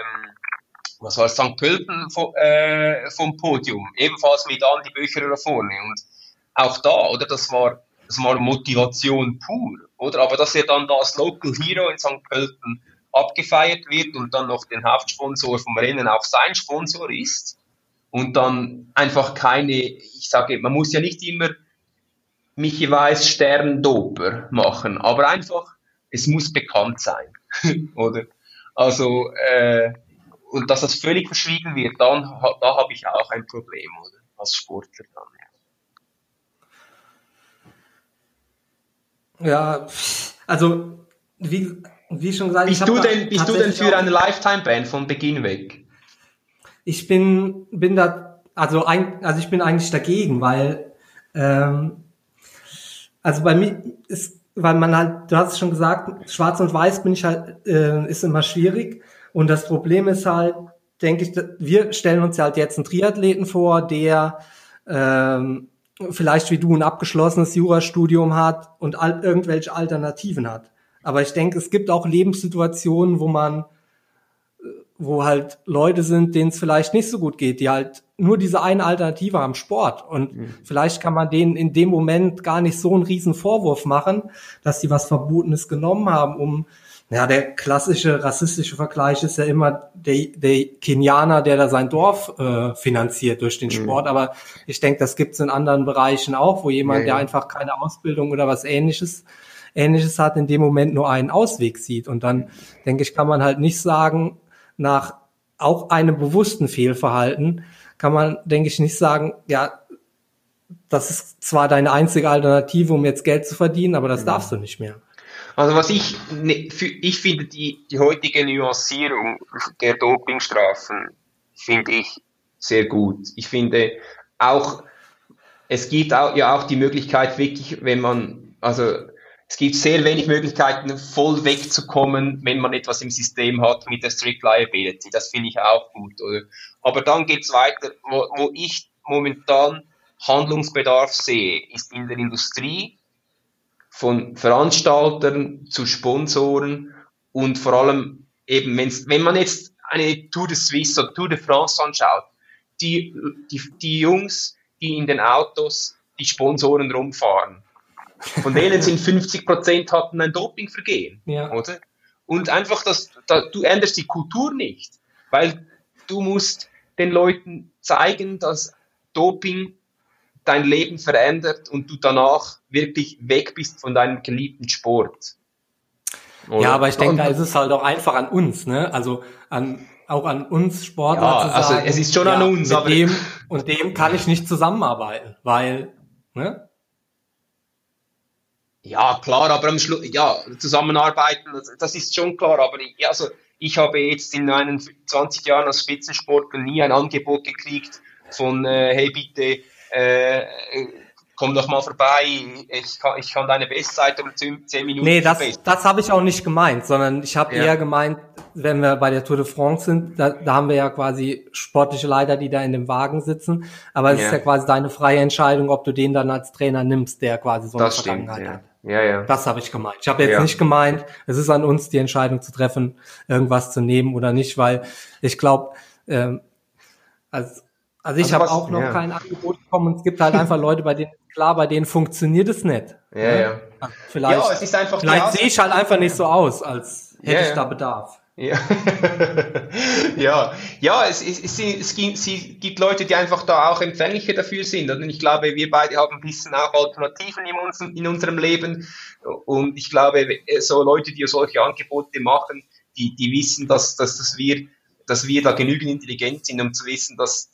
was war es, St. Pölten vom Podium. Ebenfalls mit Andi Böcherer da vorne. Und auch da, oder? Das war Motivation pur, oder? Aber dass er dann da als Local Hero in St. Pölten abgefeiert wird und dann noch den Hauptsponsor vom Rennen auch sein Sponsor ist und dann einfach ich sage, man muss ja nicht immer Michi Weiss Sterndoper machen, aber einfach, es muss bekannt sein, oder? Also, und dass das völlig verschwiegen wird, da habe ich auch ein Problem, oder? Als Sportler dann, Ja, also wie schon gesagt, bist du denn für eine Lifetime-Ban von Beginn weg? Ich bin eigentlich dagegen, weil Also bei mir ist, weil man halt, du hast es schon gesagt, schwarz und weiß bin ich halt, ist immer schwierig. Und das Problem ist halt, denke ich, wir stellen uns ja halt jetzt einen Triathleten vor, der vielleicht wie du ein abgeschlossenes Jurastudium hat und irgendwelche Alternativen hat. Aber ich denke, es gibt auch Lebenssituationen, wo halt Leute sind, denen es vielleicht nicht so gut geht, die halt nur diese eine Alternative haben, Sport. Und vielleicht kann man denen in dem Moment gar nicht so einen riesen Vorwurf machen, dass sie was Verbotenes genommen haben, der klassische rassistische Vergleich ist ja immer der Kenianer, der da sein Dorf finanziert durch den Sport. Aber ich denke, das gibt's in anderen Bereichen auch, wo jemand, der einfach keine Ausbildung oder was Ähnliches hat, in dem Moment nur einen Ausweg sieht. Und dann, denke ich, kann man halt nicht sagen, nach auch einem bewussten Fehlverhalten kann man, denke ich, nicht sagen, ja, das ist zwar deine einzige Alternative, um jetzt Geld zu verdienen, aber das darfst du nicht mehr. Also ich finde die heutige Nuancierung der Dopingstrafen finde ich sehr gut. Ich finde auch, es gibt auch die Möglichkeit wirklich, es gibt sehr wenig Möglichkeiten, voll wegzukommen, wenn man etwas im System hat mit der Strict Liability. Das finde ich auch gut. Oder? Aber dann geht's weiter, wo ich momentan Handlungsbedarf sehe, ist in der Industrie, von Veranstaltern zu Sponsoren und vor allem eben, wenn man jetzt eine Tour de Suisse oder Tour de France anschaut, die Jungs, die in den Autos die Sponsoren rumfahren, von denen sind 50% hatten ein Dopingvergehen, oder? Und einfach, du änderst die Kultur nicht, weil du musst den Leuten zeigen, dass Doping dein Leben verändert und du danach wirklich weg bist von deinem geliebten Sport. Oder? Ja, aber ich denke, da ist es halt auch einfach an uns, ne? Also auch an uns Sportler zu sagen, also es ist schon an uns, aber dem und dem kann ich nicht zusammenarbeiten, weil, ne? Ja, klar, aber am Schluss, zusammenarbeiten, das ist schon klar, aber ich habe jetzt in meinen 20 Jahren als Spitzensportler nie ein Angebot gekriegt von, hey bitte, komm doch mal vorbei, ich kann deine Bestzeit um 10 Minuten Nee, das habe ich auch nicht gemeint, sondern ich habe eher gemeint, wenn wir bei der Tour de France sind, da haben wir ja quasi sportliche Leiter, die da in dem Wagen sitzen, aber es ist ja quasi deine freie Entscheidung, ob du den dann als Trainer nimmst, der quasi so eine Vergangenheit hat. Ja. Das habe ich gemeint. Ich habe jetzt nicht gemeint, es ist an uns, die Entscheidung zu treffen, irgendwas zu nehmen oder nicht, weil ich glaube, ich habe auch noch kein Angebot bekommen und es gibt halt einfach Leute, bei denen funktiert es nicht. Ja. Vielleicht, es ist einfach vielleicht sehe ich halt einfach nicht so aus, als hätte ich da Bedarf. Es gibt Leute, die einfach da auch empfänglicher dafür sind. Und ich glaube, wir beide haben ein bisschen auch Alternativen in unserem Leben. Und ich glaube, so Leute, die solche Angebote machen, die wissen, dass wir da genügend intelligent sind, um zu wissen, dass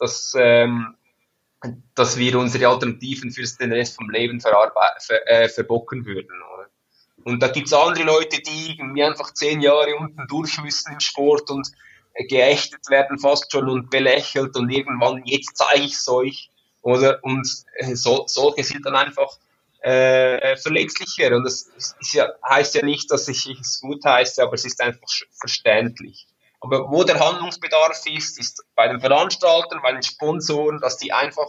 wir unsere Alternativen für den Rest vom Leben verbocken würden. Oder? Und da gibt's andere Leute, die einfach 10 Jahre unten durch müssen im Sport und geächtet werden fast schon und belächelt und irgendwann, jetzt zeige ich's euch. Oder? Und solche sind dann einfach verletzlicher. Und das heißt ja nicht, dass ich es gut heiße, aber es ist einfach verständlich. Aber wo der Handlungsbedarf ist bei den Veranstaltern, bei den Sponsoren, dass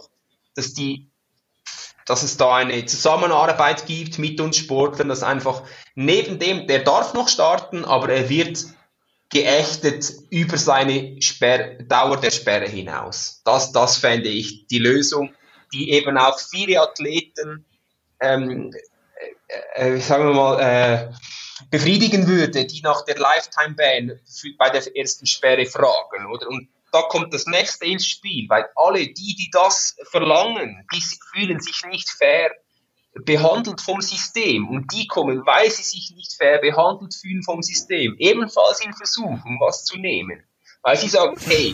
es da eine Zusammenarbeit gibt mit uns Sportlern, dass einfach neben dem, der darf noch starten, aber er wird geächtet über seine Dauer der Sperre hinaus. Das fände ich die Lösung, die eben auch viele Athleten, sagen wir mal, befriedigen würde, die nach der Lifetime-Ban bei der ersten Sperre fragen, oder? Und da kommt das nächste ins Spiel, weil alle die das verlangen, die fühlen sich nicht fair behandelt vom System und die kommen, weil sie sich nicht fair behandelt fühlen vom System, ebenfalls in Versuchung, was zu nehmen. Weil sie sagen, hey,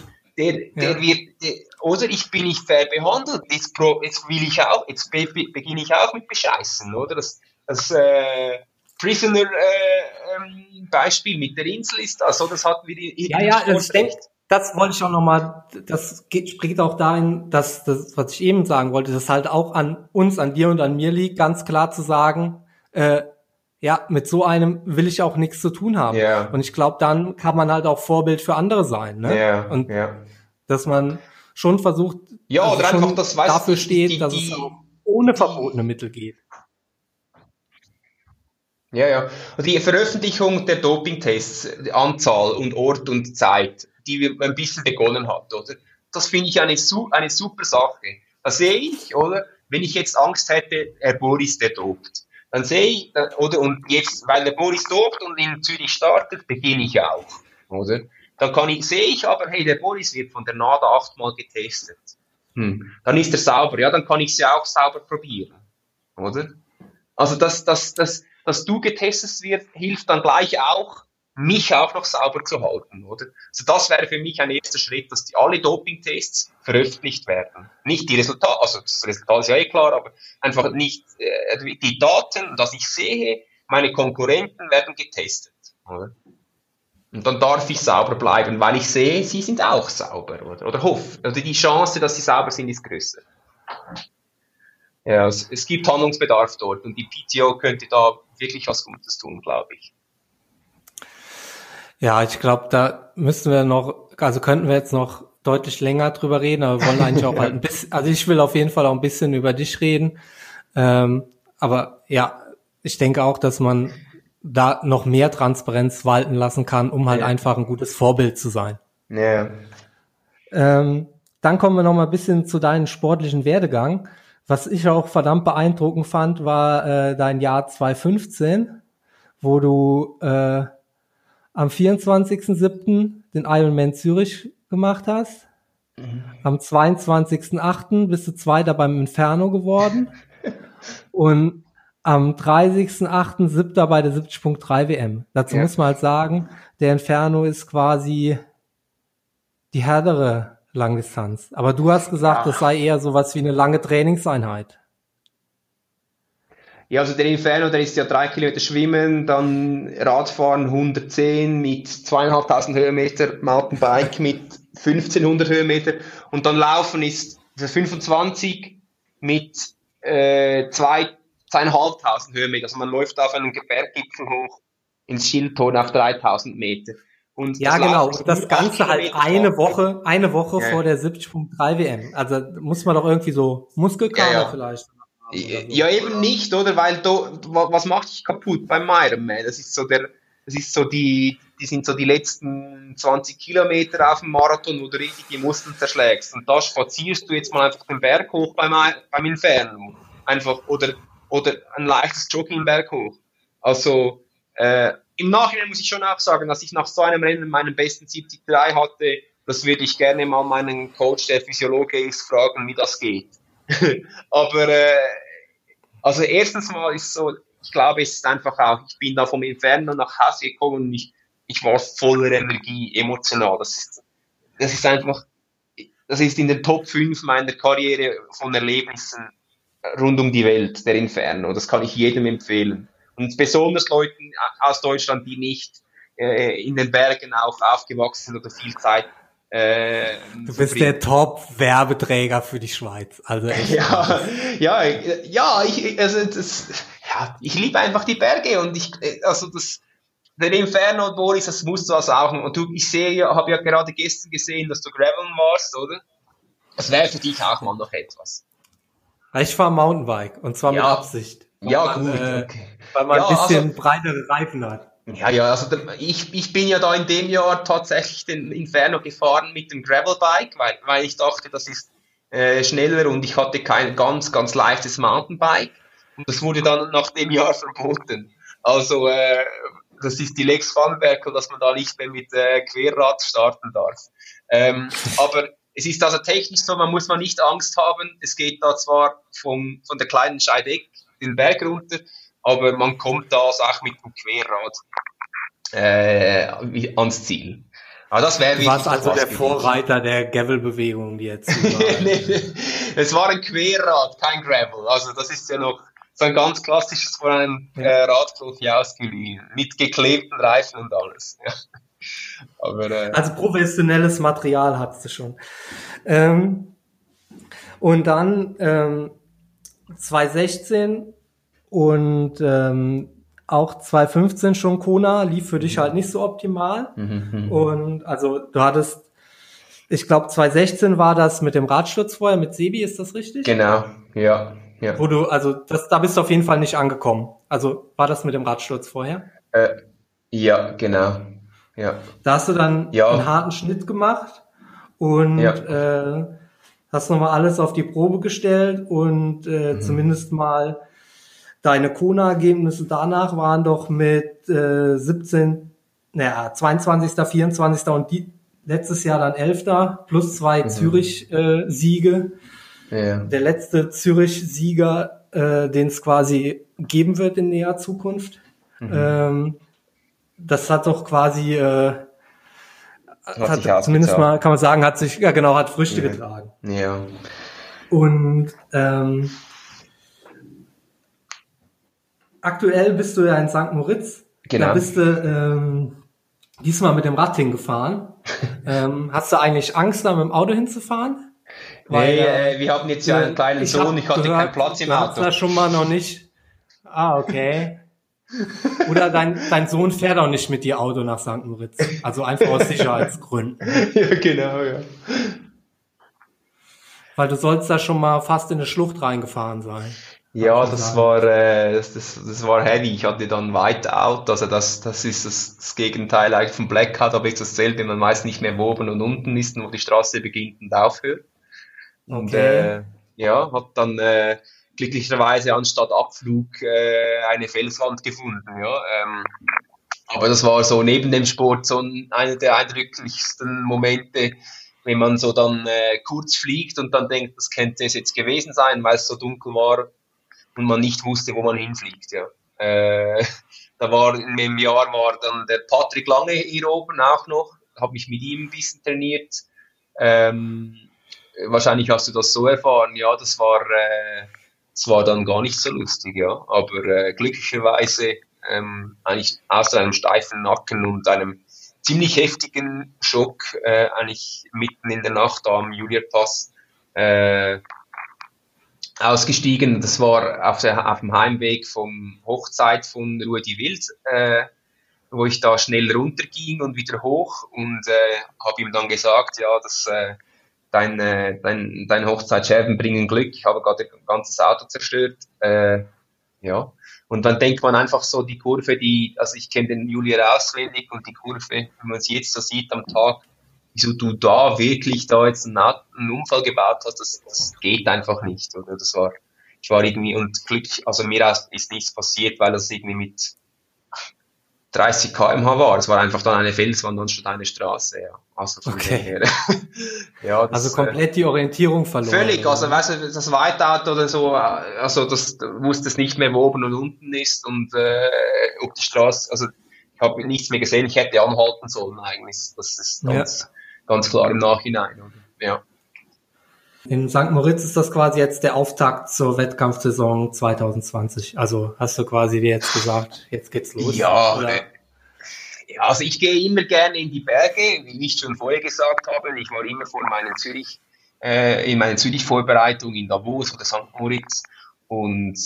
oder ich bin nicht fair behandelt, jetzt beginne ich auch mit Bescheißen, oder? Das Prisoner Beispiel mit der Insel ist das, oder? Das hatten wir ich Das wollte ich auch nochmal, spricht auch dahin, dass das, was ich eben sagen wollte, dass halt auch an uns, an dir und an mir liegt, ganz klar zu sagen, ja, mit so einem will ich auch nichts zu tun haben. Ja, Und ich glaube, dann kann man halt auch Vorbild für andere sein, ne? ja, Und ja. dass man schon versucht, Ja, also oder einfach schon das, weißt du, dafür steht, dass es auch ohne verbotene die, Mittel geht. ja, ja. Und die Veröffentlichung der Dopingtests, die Anzahl und Ort und Zeit, die wir ein bisschen begonnen hat, oder? Das finde ich eine super Sache. Da sehe ich, oder? Wenn ich jetzt Angst hätte, Herr Boris, der dopt. Dann sehe ich, oder? Und jetzt, weil der Boris dopt und in Zürich startet, beginne ich auch, oder? Sehe ich aber, hey, der Boris wird von der NADA 8-mal getestet. Dann ist er sauber. Ja, dann kann ich sie auch sauber probieren, oder? Also, dass du getestet wirst, hilft dann gleich auch, mich auch noch sauber zu halten, oder? Also das wäre für mich ein erster Schritt, dass alle Dopingtests veröffentlicht werden. Nicht die Resultate, also das Resultat ist ja eh klar, aber einfach nicht die Daten, dass ich sehe, meine Konkurrenten werden getestet, oder? Und dann darf ich sauber bleiben, weil ich sehe, sie sind auch sauber, oder hoffe. Also die Chance, dass sie sauber sind, ist größer. Ja, es gibt Handlungsbedarf dort und die PTO könnte da wirklich was Gutes tun, glaube ich. Ja, ich glaube, da müssten wir noch, also könnten wir jetzt noch deutlich länger drüber reden, aber wir wollen eigentlich auch halt ein bisschen, also ich will auf jeden Fall auch ein bisschen über dich reden. Aber ja, ich denke auch, dass man da noch mehr Transparenz walten lassen kann, um halt einfach ein gutes Vorbild zu sein. Ja. Dann kommen wir noch mal ein bisschen zu deinem sportlichen Werdegang. Was ich auch verdammt beeindruckend fand, war dein Jahr 2015, wo du am 24.07. den Ironman Zürich gemacht hast. Am 22.08. bist du Zweiter beim Inferno geworden. Und am 30.08. Siebter bei der 70.3 WM. Dazu muss man halt sagen, der Inferno ist quasi die härtere Langdistanz. Aber du hast gesagt, das sei eher sowas wie eine lange Trainingseinheit. Ja, also der Inferno, der ist ja 3 Kilometer Schwimmen, dann Radfahren 110 mit 2500 Höhenmeter, Mountainbike mit 1500 Höhenmeter und dann Laufen ist 25 mit 2500 Höhenmeter. Also man läuft auf einen Berggipfel hoch ins Schildhorn auf 3000 Meter. Und Ja, genau. Das Ganze halt eine Woche Ja. vor der 70.3 WM. Also muss man doch irgendwie so Muskelkater vielleicht. Ja, eben nicht, oder? Weil was macht dich kaputt beim Ironman? Das ist so die sind so die letzten 20 Kilometer auf dem Marathon, wo du richtig die Muskeln zerschlägst. Und da spazierst du jetzt mal einfach den Berg hoch beim Inferno. Einfach, oder ein leichtes Jogging den Berg hoch. Also, im Nachhinein muss ich schon auch sagen, dass ich nach so einem Rennen meinen besten 73 hatte. Das würde ich gerne mal meinen Coach, der Physiologe ist, fragen, wie das geht. Aber also erstens mal ist so, ich glaube, es ist einfach auch, ich bin da vom Inferno nach Hause gekommen und ich war voller Energie, emotional. Das ist einfach, das ist in den Top 5 meiner Karriere von Erlebnissen rund um die Welt, der Inferno. Das kann ich jedem empfehlen. Und besonders Leuten aus Deutschland, die nicht in den Bergen auch aufgewachsen sind oder viel Zeit Du bist der Top-Werbeträger für die Schweiz. Also echt. Ich liebe einfach die Berge und der Inferno, Boris, das musst du also auch. Und habe ja gerade gestern gesehen, dass du Graveln warst, oder? Das wäre für dich auch mal noch etwas. Ich fahre Mountainbike und zwar mit Absicht. Okay. Weil man ein bisschen breitere Reifen hat. Ja, also ich bin ja da in dem Jahr tatsächlich den Inferno gefahren mit dem Gravelbike, weil ich dachte, das ist schneller und ich hatte kein ganz, ganz leichtes Mountainbike. Und das wurde dann nach dem Jahr verboten. Also das ist die Lex Vanwerkel, dass man da nicht mehr mit Querrad starten darf. Aber es ist also technisch so, man muss nicht Angst haben. Es geht da zwar von der kleinen Scheideck den Berg runter, aber man kommt da auch mit dem Querrad ans Ziel. Aber das wäre Du warst also der Vorreiter der Gravel-Bewegung jetzt. Nee, es war ein Querrad, kein Gravel. Also das ist ja noch so ein ganz klassisches von einem Radprofi ausgeliehen, mit geklebten Reifen und alles. Ja. Aber Also professionelles Material hattest du schon. Und dann 2016 und auch 2015 schon Kona lief für dich halt nicht so optimal. Und also du hattest, ich glaube 2016 war das mit dem Radsturz vorher, mit Sebi, ist das richtig? genau, ja, ja. Wo du, also da bist du auf jeden Fall nicht angekommen. Also war das mit dem Radsturz vorher? Ja, genau. Ja, Da hast du dann einen ja, harten Schnitt gemacht und ja. hast nochmal alles auf die Probe gestellt und zumindest mal deine Kona-Ergebnisse danach waren doch mit 22., 24. und letztes Jahr dann 11. plus 2 Zürich-Siege. Ja. Der letzte Zürich-Sieger, den es quasi geben wird in näher Zukunft. Das hat doch quasi, Hat sich zumindest ausgezahlt. mal kann man sagen, hat Früchte getragen. Ja. Und aktuell bist du ja in St. Moritz. Genau. Da bist du diesmal mit dem Rad hingefahren. Hast du eigentlich Angst, da mit dem Auto hinzufahren? Nee, wir hatten jetzt ja einen kleinen Sohn, ich hatte keinen Platz im du hast Auto. da schon mal noch nicht. Ah, okay. Oder dein Sohn fährt auch nicht mit dir Auto nach St. Moritz. Also einfach aus Sicherheitsgründen. Ja, genau, ja. Weil du sollst da schon mal fast in eine Schlucht reingefahren sein. Ja, das war heavy. Ich hatte dann Whiteout, also das ist das Gegenteil eigentlich vom Blackout, aber ist dasselbe. Man weiß nicht mehr, wo oben und unten ist und wo die Straße beginnt und aufhört. Und Okay. ja, hab dann glücklicherweise anstatt Abflug eine Felswand gefunden. Ja, aber das war so neben dem Sport so einer der eindrücklichsten Momente, wenn man so dann kurz fliegt und dann denkt, das könnte es jetzt gewesen sein, weil es so dunkel war und man nicht wusste, wo man hinfliegt. Ja. Da war im Jahr war dann der Patrick Lange hier oben auch noch, habe mich mit ihm ein bisschen trainiert. Wahrscheinlich hast du das so erfahren, ja, das war dann gar nicht so lustig, ja. Aber glücklicherweise eigentlich außer einem steifen Nacken und einem ziemlich heftigen Schock eigentlich mitten in der Nacht am Julierpass ausgestiegen. Das war auf dem Heimweg vom Hochzeit von Rudi Wild, wo ich da schnell runterging und wieder hoch und habe ihm dann gesagt, ja, dass dein Hochzeitsscherben bringen Glück. Ich habe gerade ein ganzes Auto zerstört. Ja. Und dann denkt man einfach so, die Kurve, also ich kenne den Julier auswendig und die Kurve, wenn man sie jetzt so sieht am Tag, wieso du da wirklich da jetzt einen Unfall gebaut hast, das geht einfach nicht. Oder ich war irgendwie und glücklich, also mir ist nichts passiert, weil das irgendwie mit 30 km/h war. Es war einfach dann eine Felswand anstatt eine Straße, ja. Also von Okay. dem her. Ja, Also komplett die Orientierung verloren. Völlig, also weißt du, das Whiteout oder so, also das wusste es nicht mehr, wo oben und unten ist und ob die Straße, also ich habe nichts mehr gesehen, ich hätte anhalten sollen eigentlich. Das ist ganz klar im Nachhinein, oder? Ja. In St. Moritz ist das quasi jetzt der Auftakt zur Wettkampfsaison 2020. Also hast du quasi dir jetzt gesagt, jetzt geht's los? Ja, ja, also ich gehe immer gerne in die Berge, wie ich schon vorher gesagt habe. Ich war immer in meinen Zürich-Vorbereitungen in Davos oder St. Moritz. Und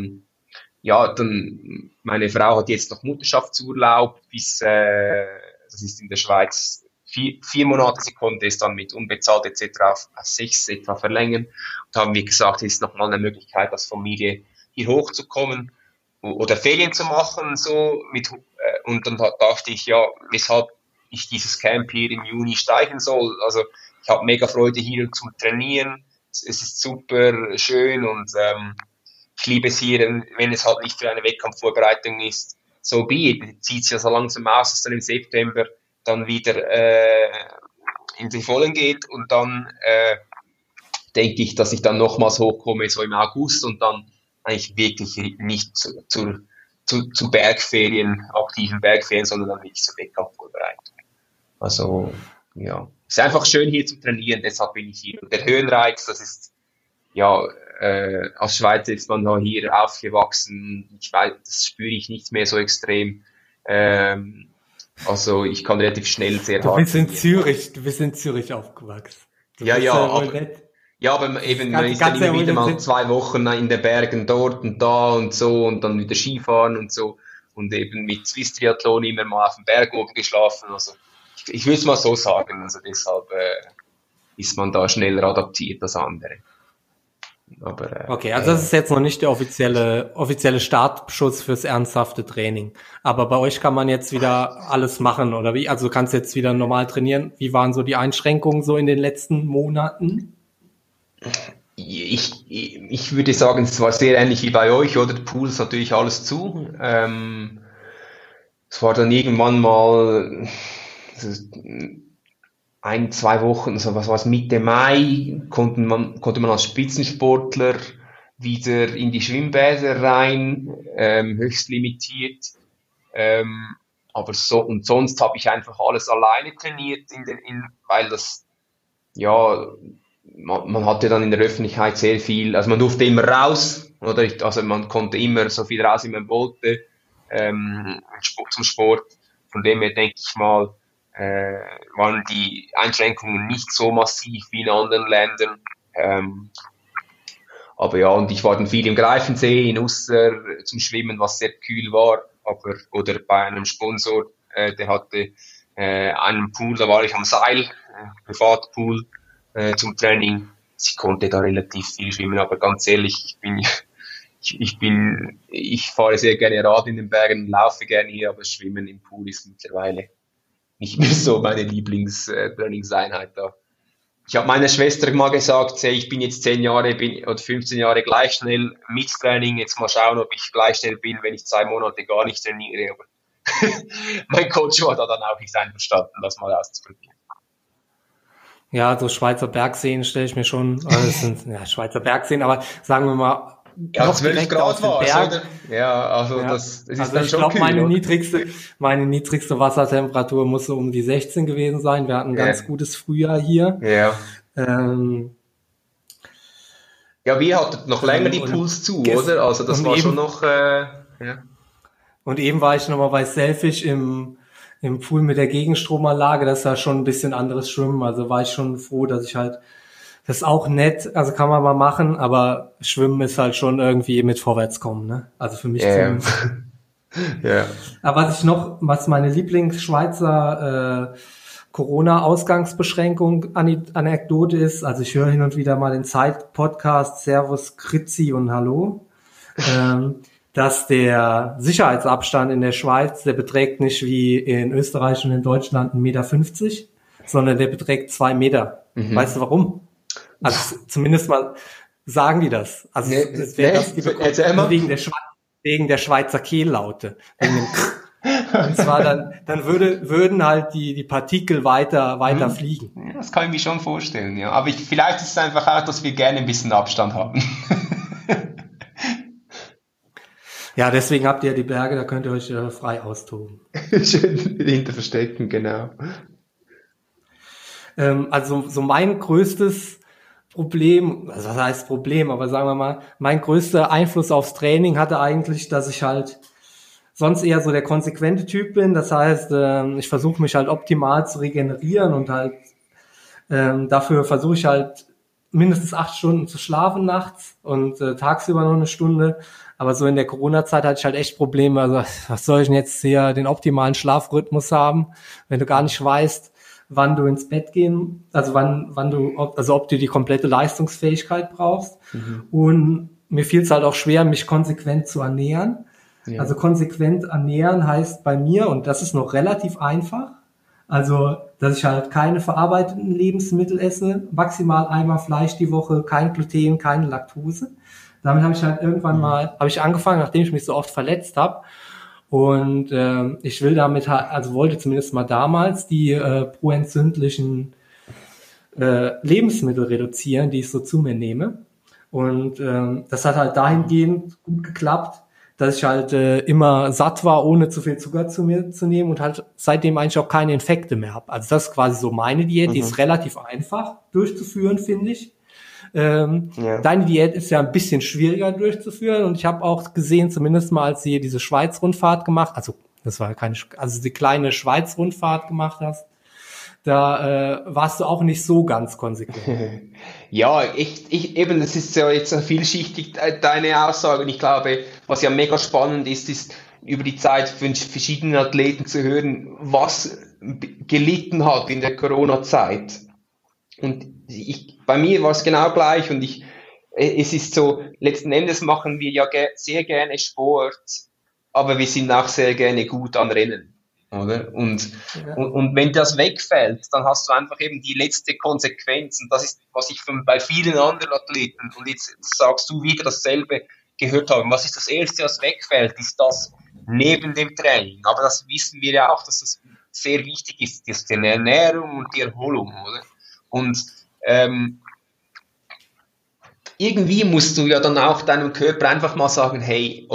ja, dann meine Frau hat jetzt noch Mutterschaftsurlaub bis, das ist in der Schweiz, 4 Monate. Sie konnte es dann mit unbezahlt etc. auf 6 etwa verlängern. Und haben wir gesagt, es ist nochmal eine Möglichkeit, als Familie hier hochzukommen oder Ferien zu machen, so und dann dachte ich, ja, weshalb ich dieses Camp hier im Juni steigen soll. Also ich habe mega Freude hier zum Trainieren. Es ist super schön und ich liebe es hier, wenn es halt nicht für eine Wettkampfvorbereitung ist. So zieht es ja so langsam aus, dass dann im September dann wieder in die Vollen geht und dann denke ich, dass ich dann nochmals hochkomme, so im August und dann eigentlich wirklich nicht zu Bergferien, aktiven Bergferien, sondern dann wirklich zur Wettkampfvorbereitung. Also, ja. Es ist einfach schön hier zu trainieren, deshalb bin ich hier. Und der Höhenreiz, das ist, ja, als Schweizer ist man da hier aufgewachsen. Ich weiß, das spüre ich nicht mehr so extrem. Also ich kann relativ schnell sehr Du hart bist in trainieren. Zürich, du bist in Zürich aufgewachsen. Du Ja, bist ja, ja wohl aber nett. ja, aber Das eben, man ist dann kannst immer ja wohl wieder nicht mal sehen. 2 Wochen in den Bergen dort und da und so und dann wieder Skifahren und so und eben mit Swiss Triathlon immer mal auf dem Berg oben geschlafen. Also ich würde es mal so sagen. Also deshalb ist man da schneller adaptiert als andere. Aber Okay, also das ist jetzt noch nicht der offizielle Startschuss fürs ernsthafte Training. Aber bei euch kann man jetzt wieder alles machen, oder wie? Also du kannst jetzt wieder normal trainieren. Wie waren so die Einschränkungen so in den letzten Monaten? ich würde sagen, es war sehr ähnlich wie bei euch, oder? Pool ist natürlich alles zu. Es war dann irgendwann mal so 1, 2 Wochen, so was war es, Mitte Mai, konnte man als Spitzensportler wieder in die Schwimmbäder rein, höchst limitiert. Ähm, aber so und sonst habe ich einfach alles alleine trainiert, weil das ja man hatte dann in der Öffentlichkeit sehr viel, also man durfte immer raus, oder? Also man konnte immer so viel raus, wie man wollte, zum Sport. Von dem her denke ich mal, äh, waren die Einschränkungen nicht so massiv wie in anderen Ländern. Aber ja, und ich war dann viel im Greifensee, in Usser zum Schwimmen, was sehr kühl war, oder bei einem Sponsor, der hatte einen Pool, da war ich am Seil, Privatpool, zum Training. Ich konnte da relativ viel schwimmen, aber ganz ehrlich, ich fahre sehr gerne Rad in den Bergen, laufe gerne hier, aber Schwimmen im Pool ist mittlerweile nicht mehr so meine Lieblingstrainingseinheit da. Ich habe meiner Schwester mal gesagt, hey, ich bin jetzt 10 Jahre oder 15 Jahre gleich schnell mit Training. Jetzt mal schauen, ob ich gleich schnell bin, wenn ich 2 Monate gar nicht trainiere. Aber mein Coach war da dann auch nicht einverstanden, das mal auszuprobieren. Ja, so Schweizer Bergseen stelle ich mir schon, also es sind ja Schweizer Bergseen, aber sagen wir mal, Ja, noch 12 direkter aus Grad den war es, Bergen. oder? Ja, also Ja, das ist also dann ich schon glaube, kühl, oder? meine niedrigste Wassertemperatur muss so um die 16 gewesen sein. Wir hatten ein Ja, ganz gutes Frühjahr hier. ja. Ähm, Ja, wir hatten noch länger die und, Pools zu, oder? Also das und war schon eben, noch, ja. und eben war ich nochmal bei Selfish im Pool mit der Gegenstromanlage. Das ist ja schon ein bisschen anderes Schwimmen. Also war ich schon froh, dass ich halt, das ist auch nett, also kann man mal machen, aber Schwimmen ist halt schon irgendwie mit Vorwärtskommen, ne? Also für mich Ja, zumindest. ja. Aber was meine Lieblingsschweizer Corona-Ausgangsbeschränkung Anekdote ist, also ich höre hin und wieder mal den Zeit-Podcast Servus, Grüezi und Hallo, ähm, dass der Sicherheitsabstand in der Schweiz, der beträgt nicht wie in Österreich und in Deutschland 1,50 Meter, sondern der beträgt 2 Meter. Weißt du Mhm. warum? Also zumindest mal sagen die das. Also Ne, es wäre ne, das, die bekommen, erzähl also mal. wegen der Schweizer Kehllaute, wegen dem und zwar dann würden halt die Partikel weiter Mhm. fliegen. Ja, das kann ich mir schon vorstellen, ja. Aber vielleicht ist es einfach auch, dass wir gerne ein bisschen Abstand haben. Ja, deswegen habt ihr die Berge, da könnt ihr euch frei austoben. Schön hinter verstecken, genau. Also so mein größtes Problem, also was heißt Problem, aber sagen wir mal, mein größter Einfluss aufs Training hatte eigentlich, dass ich halt sonst eher so der konsequente Typ bin. Das heißt, ich versuche mich halt optimal zu regenerieren und halt dafür versuche ich halt mindestens 8 Stunden zu schlafen nachts und tagsüber noch eine Stunde. Aber so in der Corona-Zeit hatte ich halt echt Probleme. Also was soll ich denn jetzt hier den optimalen Schlafrhythmus haben, wenn du gar nicht weißt, wann du ins Bett gehen, also also ob du die komplette Leistungsfähigkeit brauchst. Mhm. Und mir fiel es halt auch schwer, mich konsequent zu ernähren. Ja. Also konsequent ernähren heißt bei mir, und das ist noch relativ einfach, also dass ich halt keine verarbeiteten Lebensmittel esse, maximal einmal Fleisch die Woche, kein Gluten, keine Laktose. Damit habe ich halt irgendwann Mhm. mal, habe ich angefangen, nachdem ich mich so oft verletzt habe. Und ich will damit halt, also wollte zumindest mal damals die proentzündlichen Lebensmittel reduzieren, die ich so zu mir nehme. Und das hat halt dahingehend gut geklappt, dass ich halt immer satt war, ohne zu viel Zucker zu mir zu nehmen und halt seitdem eigentlich auch keine Infekte mehr habe. Also das ist quasi so meine Diät, die ist Mhm. relativ einfach durchzuführen, finde ich. Ja. Deine Diät ist ja ein bisschen schwieriger durchzuführen und ich habe auch gesehen, zumindest mal als sie diese Schweiz-Rundfahrt gemacht, also das war also die kleine Schweiz-Rundfahrt gemacht hast, da warst du auch nicht so ganz konsequent. Ja, eben, das ist ja jetzt so vielschichtig, deine Aussage. Und ich glaube, was ja mega spannend ist über die Zeit von verschiedenen Athleten zu hören, was gelitten hat in der Corona-Zeit. Und bei mir war es genau gleich. Und es ist so, letzten Endes machen wir ja sehr gerne Sport, aber wir sind auch sehr gerne gut an Rennen. Oder? Und wenn das wegfällt, dann hast du einfach eben die letzte Konsequenz. Und das ist, was ich bei vielen anderen Athleten, und jetzt sagst du wieder dasselbe, gehört habe. Was ist das Erste, was wegfällt, ist das neben dem Training. Aber das wissen wir ja auch, dass das sehr wichtig ist. Das ist die Ernährung und die Erholung, oder? Und irgendwie musst du ja dann auch deinem Körper einfach mal sagen, hey,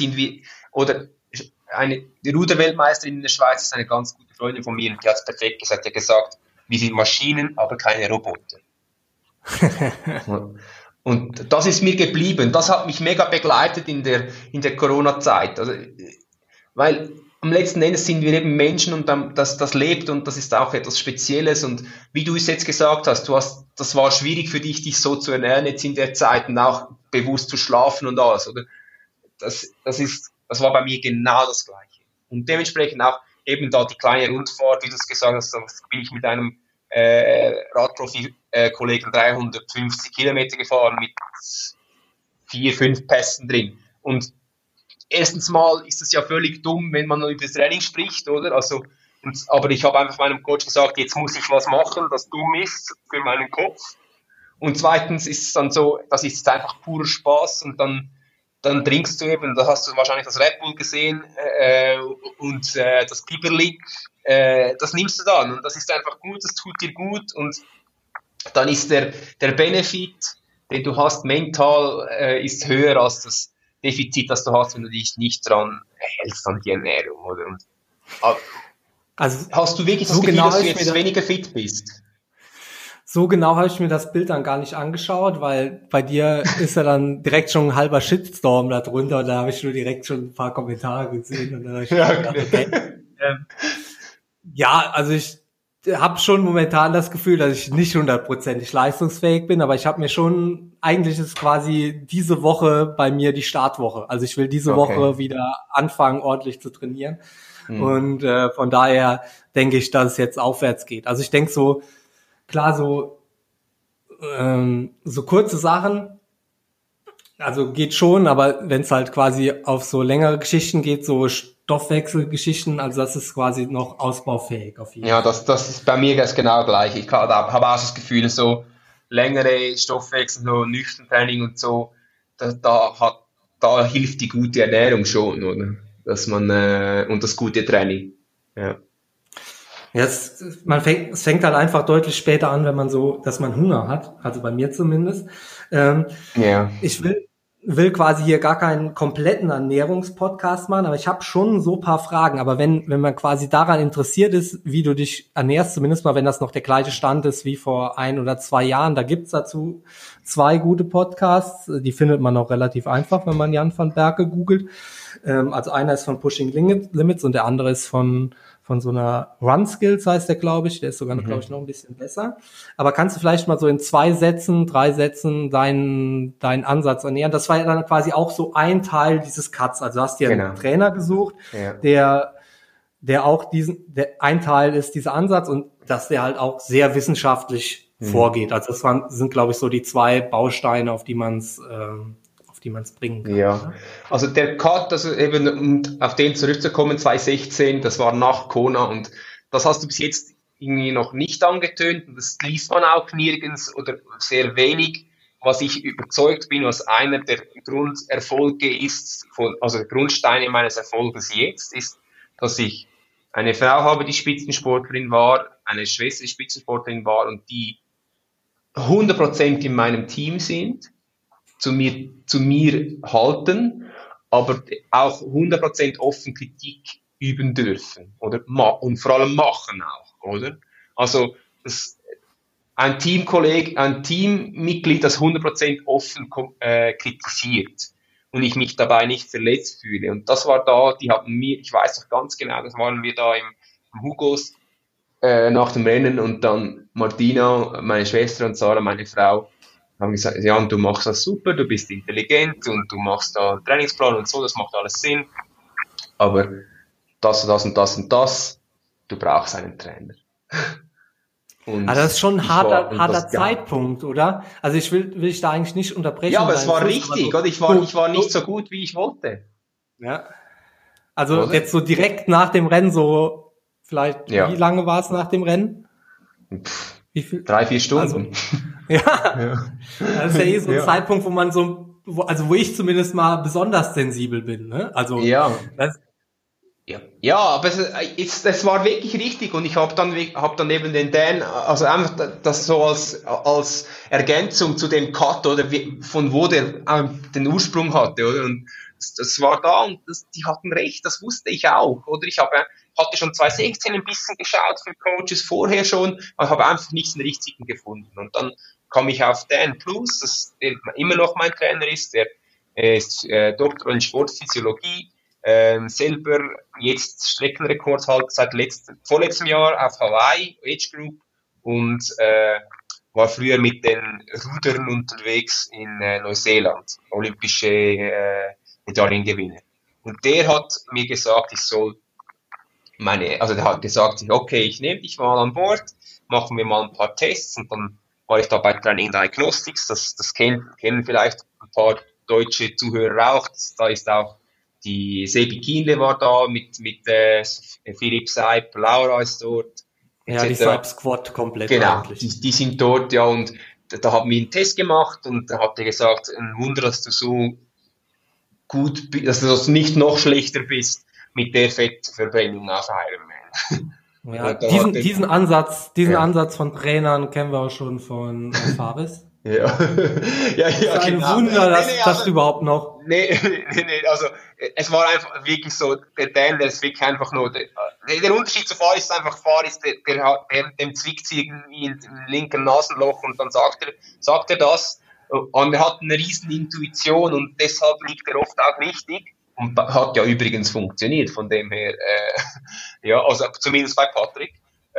die Ruderweltmeisterin in der Schweiz ist eine ganz gute Freundin von mir und die hat es perfekt gesagt. Die hat gesagt, wir sind Maschinen, aber keine Roboter. Und das ist mir geblieben. Das hat mich mega begleitet in der Corona-Zeit. Also, weil am letzten Endes sind wir eben Menschen und das lebt und das ist auch etwas Spezielles. Und wie du es jetzt gesagt hast, das war schwierig für dich so zu ernähren jetzt in der Zeit und auch bewusst zu schlafen und alles, oder? Das war bei mir genau das Gleiche. Und dementsprechend auch eben da die kleine Rundfahrt, wie du es gesagt hast, da bin ich mit einem Radprofi-Kollegen 350 Kilometer gefahren mit 4, 5 Pässen drin. Und erstens mal ist es ja völlig dumm, wenn man über das Training spricht, oder? Aber ich habe einfach meinem Coach gesagt, jetzt muss ich was machen, das dumm ist für meinen Kopf. Und zweitens ist es dann so, das ist einfach purer Spaß und dann trinkst du eben, da hast du wahrscheinlich das Red Bull gesehen und das Biberli, das nimmst du dann und das ist einfach gut, das tut dir gut und dann ist der Benefit, den du hast mental, ist höher als das Defizit, das du hast, wenn du dich nicht dran hältst an die Ernährung. Oder? Und, also hast du wirklich das Gefühl, dass du jetzt weniger fit bist? So genau habe ich mir das Bild dann gar nicht angeschaut, weil bei dir ist ja dann direkt schon ein halber Shitstorm da drunter und da habe ich nur direkt schon ein paar Kommentare gesehen und dann habe ich gedacht, okay. Ja, also ich habe schon momentan das Gefühl, dass ich nicht 100% leistungsfähig bin, aber ich habe mir schon, eigentlich ist quasi diese Woche bei mir die Startwoche. Also ich will diese Woche wieder anfangen, ordentlich zu trainieren. Und von daher denke ich, dass es jetzt aufwärts geht. Also ich denke so, klar, so kurze Sachen, also geht schon, aber wenn es halt quasi auf so längere Geschichten geht, so Stoffwechselgeschichten, also das ist quasi noch ausbaufähig auf jeden Fall. Ja, das ist bei mir ganz genau gleich. Ich habe auch das Gefühl, so längere Stoffwechsel, so Nüchterntraining und so, da hilft die gute Ernährung schon, oder? Dass man und das gute Training. Ja. Ja, es fängt halt einfach deutlich später an, wenn man dass man Hunger hat, also bei mir zumindest. Ich will quasi hier gar keinen kompletten Ernährungspodcast machen, aber ich habe schon so ein paar Fragen. Aber wenn man quasi daran interessiert ist, wie du dich ernährst, zumindest mal, wenn das noch der gleiche Stand ist wie vor 1 oder 2 Jahren, da gibt's dazu 2 gute Podcasts. Die findet man auch relativ einfach, wenn man Jan van Berke googelt. Also einer ist von Pushing Limits und der andere ist von so einer Run Skills heißt der, glaube ich. Der ist sogar, glaube ich, noch ein bisschen besser. Aber kannst du vielleicht mal so in 2 Sätzen, 3 Sätzen deinen Ansatz ernähren? Das war ja dann quasi auch so ein Teil dieses Cuts. Also du hast dir einen Trainer gesucht, der auch ein Teil ist dieser Ansatz und dass der halt auch sehr wissenschaftlich vorgeht. Also das sind, glaube ich, so die 2 Bausteine, auf die man es bringen kann. Ja, also der Cut, also eben, um auf den zurückzukommen, 2016, das war nach Kona und das hast du bis jetzt irgendwie noch nicht angetönt und das liest man auch nirgends oder sehr wenig. Was ich überzeugt bin, was einer der Grunderfolge ist, also der Grundsteine meines Erfolges jetzt, ist, dass ich eine Frau habe, die Spitzensportlerin war, eine Schwester, die Spitzensportlerin war und die 100% in meinem Team sind, zu mir halten, aber auch 100% offen Kritik üben dürfen, oder? Und vor allem machen auch, oder? Also, ein Teammitglied, das 100% offen kritisiert und ich mich dabei nicht verletzt fühle. Und das war da, die hatten mir, ich weiß noch ganz genau, das waren wir da im Hugos nach dem Rennen und dann Martina, meine Schwester und Sarah, meine Frau, haben gesagt, Jan, du machst das super, du bist intelligent und du machst da einen Trainingsplan und so, das macht alles Sinn, aber das und das und das und das, du brauchst einen Trainer. Und das ist schon ein harter das, Zeitpunkt, oder? Also ich will dich da eigentlich nicht unterbrechen. Ja, aber es war richtig, oder? Ich war nicht so gut, wie ich wollte. Ja. Also Oder? jetzt so direkt nach dem Rennen, so vielleicht, Ja. wie lange war es nach dem Rennen? Wie viel? 3-4 Stunden. Also, ja. Das ist ja so ein Zeitpunkt, wo man wo ich zumindest mal besonders sensibel bin, ne? Also, ja. Ja, aber es war wirklich richtig und ich habe dann eben den Dan, also einfach das so als Ergänzung zu dem Cut oder von wo der den Ursprung hatte, oder? Und das war da und die hatten recht, das wusste ich auch, oder? Ich hatte schon 2016 ein bisschen geschaut für Coaches vorher schon, aber habe einfach nicht den richtigen gefunden. Und dann kam ich auf Dan Plus, der immer noch mein Trainer ist, der ist Doktor in Sportphysiologie, selber jetzt Streckenrekord halt seit vorletztem Jahr auf Hawaii, Age Group, und war früher mit den Rudern unterwegs in Neuseeland, olympische Medaillengewinner. Und der hat mir gesagt, der hat gesagt, okay, ich nehme dich mal an Bord, machen wir mal ein paar Tests, und dann war ich da bei Training Diagnostics, das kennen vielleicht ein paar deutsche Zuhörer auch, da ist auch die Sebi Kienle war da mit Philipp Seib, Laura ist dort. Ja, die Seib Squad komplett. Genau, eigentlich. Die sind dort, ja, und da haben wir einen Test gemacht und da hat er gesagt, ein Wunder, dass du so gut bist, dass du nicht noch schlechter bist mit der Fettverbrennung auf Ironman. Ja, diesen Ansatz von Trainern kennen wir auch schon von Fares. Ja, ja, ist ein genau. Wunder, dass du überhaupt noch. Nee, also es war einfach wirklich so, der Dan, der ist wirklich einfach nur, der Unterschied zu Faris ist einfach, Faris, dem zwickt sie irgendwie im linken Nasenloch und dann sagt er das, und er hat eine riesen Intuition und deshalb liegt er oft auch richtig und hat ja übrigens funktioniert, von dem her, ja, also zumindest bei Patrick,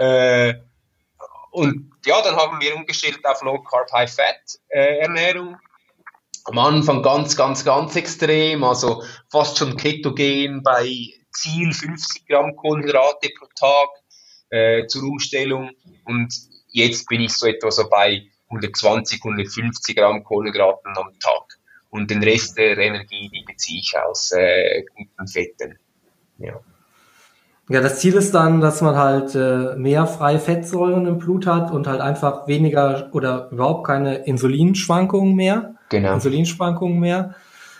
und ja, dann haben wir umgestellt auf Low Carb, High Fat Ernährung. Am Anfang ganz, ganz, ganz extrem, also fast schon ketogen bei Ziel 50 Gramm Kohlenhydrate pro Tag zur Umstellung. Und jetzt bin ich so etwa so bei 120, 150 Gramm Kohlenhydraten am Tag. Und den Rest der Energie, die beziehe ich aus guten Fetten. Ja. Ja, das Ziel ist dann, dass man halt mehr freie Fettsäuren im Blut hat und halt einfach weniger oder überhaupt keine Insulinschwankungen mehr. Genau. Insulinschwankungen mehr.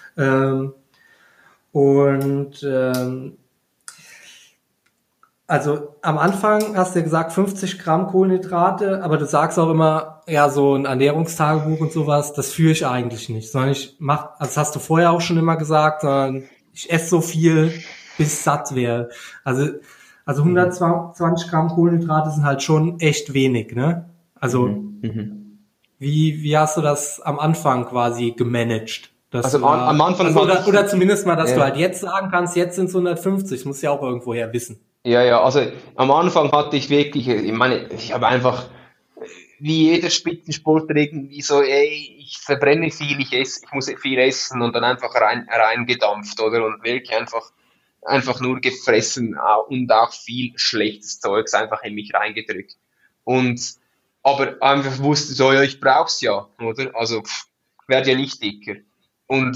Also am Anfang hast du gesagt 50 Gramm Kohlenhydrate, aber du sagst auch immer, ja, so ein Ernährungstagebuch und sowas, das führe ich eigentlich nicht, sondern also das hast du vorher auch schon immer gesagt, sondern ich esse so viel, bis satt wäre. Also 120 Gramm Kohlenhydrate sind halt schon echt wenig, ne? Also wie hast du das am Anfang quasi gemanagt? Also am Anfang oder zumindest mal, dass du halt jetzt sagen kannst, jetzt sind es 150, muss ja auch irgendwoher wissen. Ja, also am Anfang hatte ich wirklich, ich habe einfach wie jeder Spitzensportler irgendwie so, ich verbrenne viel, ich muss viel essen und dann einfach reingedampft, oder? Und wirklich einfach nur gefressen und auch viel schlechtes Zeugs einfach in mich reingedrückt. Aber einfach wusste so, ja, ich brauch's ja, oder? Also, werd ja nicht dicker. Und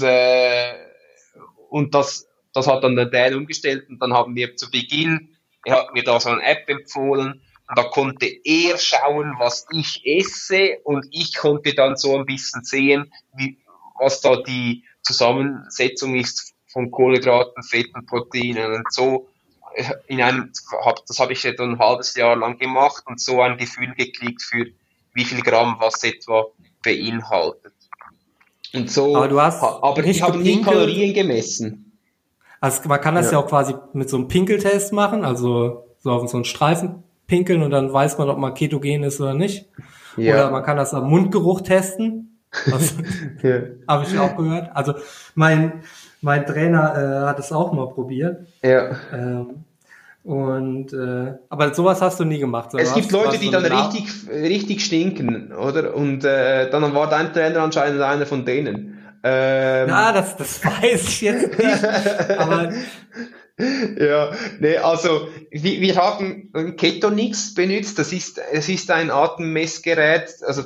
das hat dann der Dan umgestellt und dann haben wir zu Beginn, er hat mir da so eine App empfohlen und da konnte er schauen, was ich esse und ich konnte dann so ein bisschen sehen, was da die Zusammensetzung ist von Kohlenhydraten, Fetten, Proteinen und so. Das habe ich etwa ein halbes Jahr lang gemacht und so ein Gefühl gekriegt für wie viel Gramm was etwa beinhaltet. Und so, aber ich habe nie Kalorien gemessen. Also man kann das ja auch quasi mit so einem Pinkeltest machen, also so auf so einen Streifen pinkeln und dann weiß man, ob man ketogen ist oder nicht. Ja. Oder man kann das am Mundgeruch testen. Also, Ja. habe ich auch gehört. Also mein Trainer hat es auch mal probiert. Ja. Ähm, aber sowas hast du nie gemacht, sondern Es du gibt hast Leute, quasi die so dann eine Nach. richtig stinken, oder? Und dann war dein Trainer anscheinend einer von denen. Na, das weiß ich jetzt nicht. Aber Ja, nee, also wir haben Ketonix benutzt. Es ist ein Atemmessgerät, also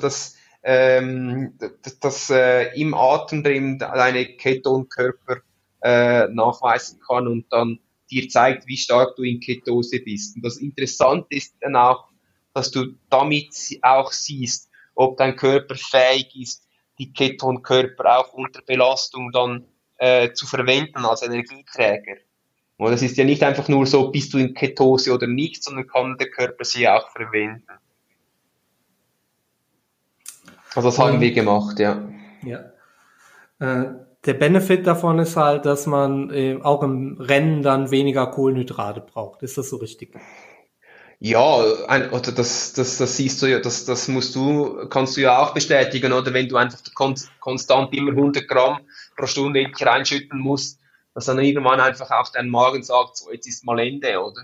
das im Atem drin deine Ketonkörper nachweisen kann und dann dir zeigt, wie stark du in Ketose bist. Und das Interessante ist dann auch, dass du damit auch siehst, ob dein Körper fähig ist, die Ketonkörper auch unter Belastung dann zu verwenden als Energieträger. Und es ist ja nicht einfach nur so, bist du in Ketose oder nicht, sondern kann der Körper sie auch verwenden. Also das haben wir und gemacht, ja. ja, äh, der Benefit davon ist halt, dass man auch im Rennen dann weniger Kohlenhydrate braucht. Ist das so richtig? Ja, oder das siehst du ja, kannst du ja auch bestätigen, oder wenn du einfach konstant immer 100 Gramm pro Stunde in dich reinschütten musst, dass dann irgendwann einfach auch dein Magen sagt, so jetzt ist mal Ende, oder?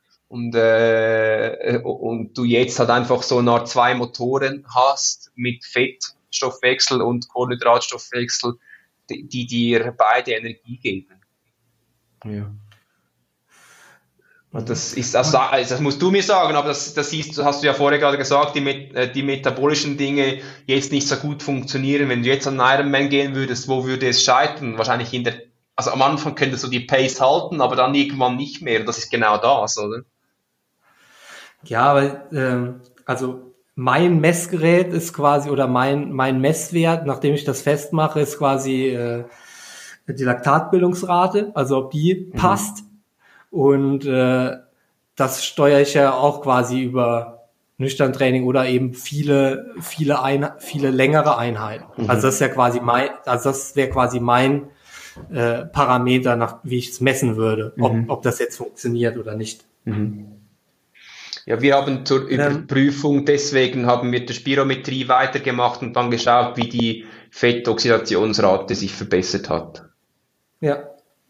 Und du jetzt halt einfach so eine Art zwei Motoren hast mit Fettstoffwechsel und Kohlenhydratstoffwechsel, die dir beide Energie geben. Ja. Und Mhm. das ist, also, Und das musst du mir sagen, aber hast du ja vorher gerade gesagt, die metabolischen Dinge jetzt nicht so gut funktionieren. Wenn du jetzt an einen Ironman gehen würdest, wo würde es scheitern? Wahrscheinlich also am Anfang könntest du die Pace halten, aber dann irgendwann nicht mehr. Und das ist genau das, oder? ja, aber also mein Messgerät ist quasi, oder mein Messwert, nachdem ich das festmache, ist quasi die Laktatbildungsrate, also ob die Mhm. passt. Und das steuere ich ja auch quasi über Nüchterntraining oder eben viele längere Einheiten. Also das ist Mhm. ja quasi also das wäre quasi mein Parameter, nach wie ich es messen würde, ob Mhm. das jetzt funktioniert oder nicht. Mhm. Ja, wir haben zur Ähm, Überprüfung, deswegen haben wir der Spirometrie weitergemacht und dann geschaut, wie die Fettoxidationsrate sich verbessert hat. ja.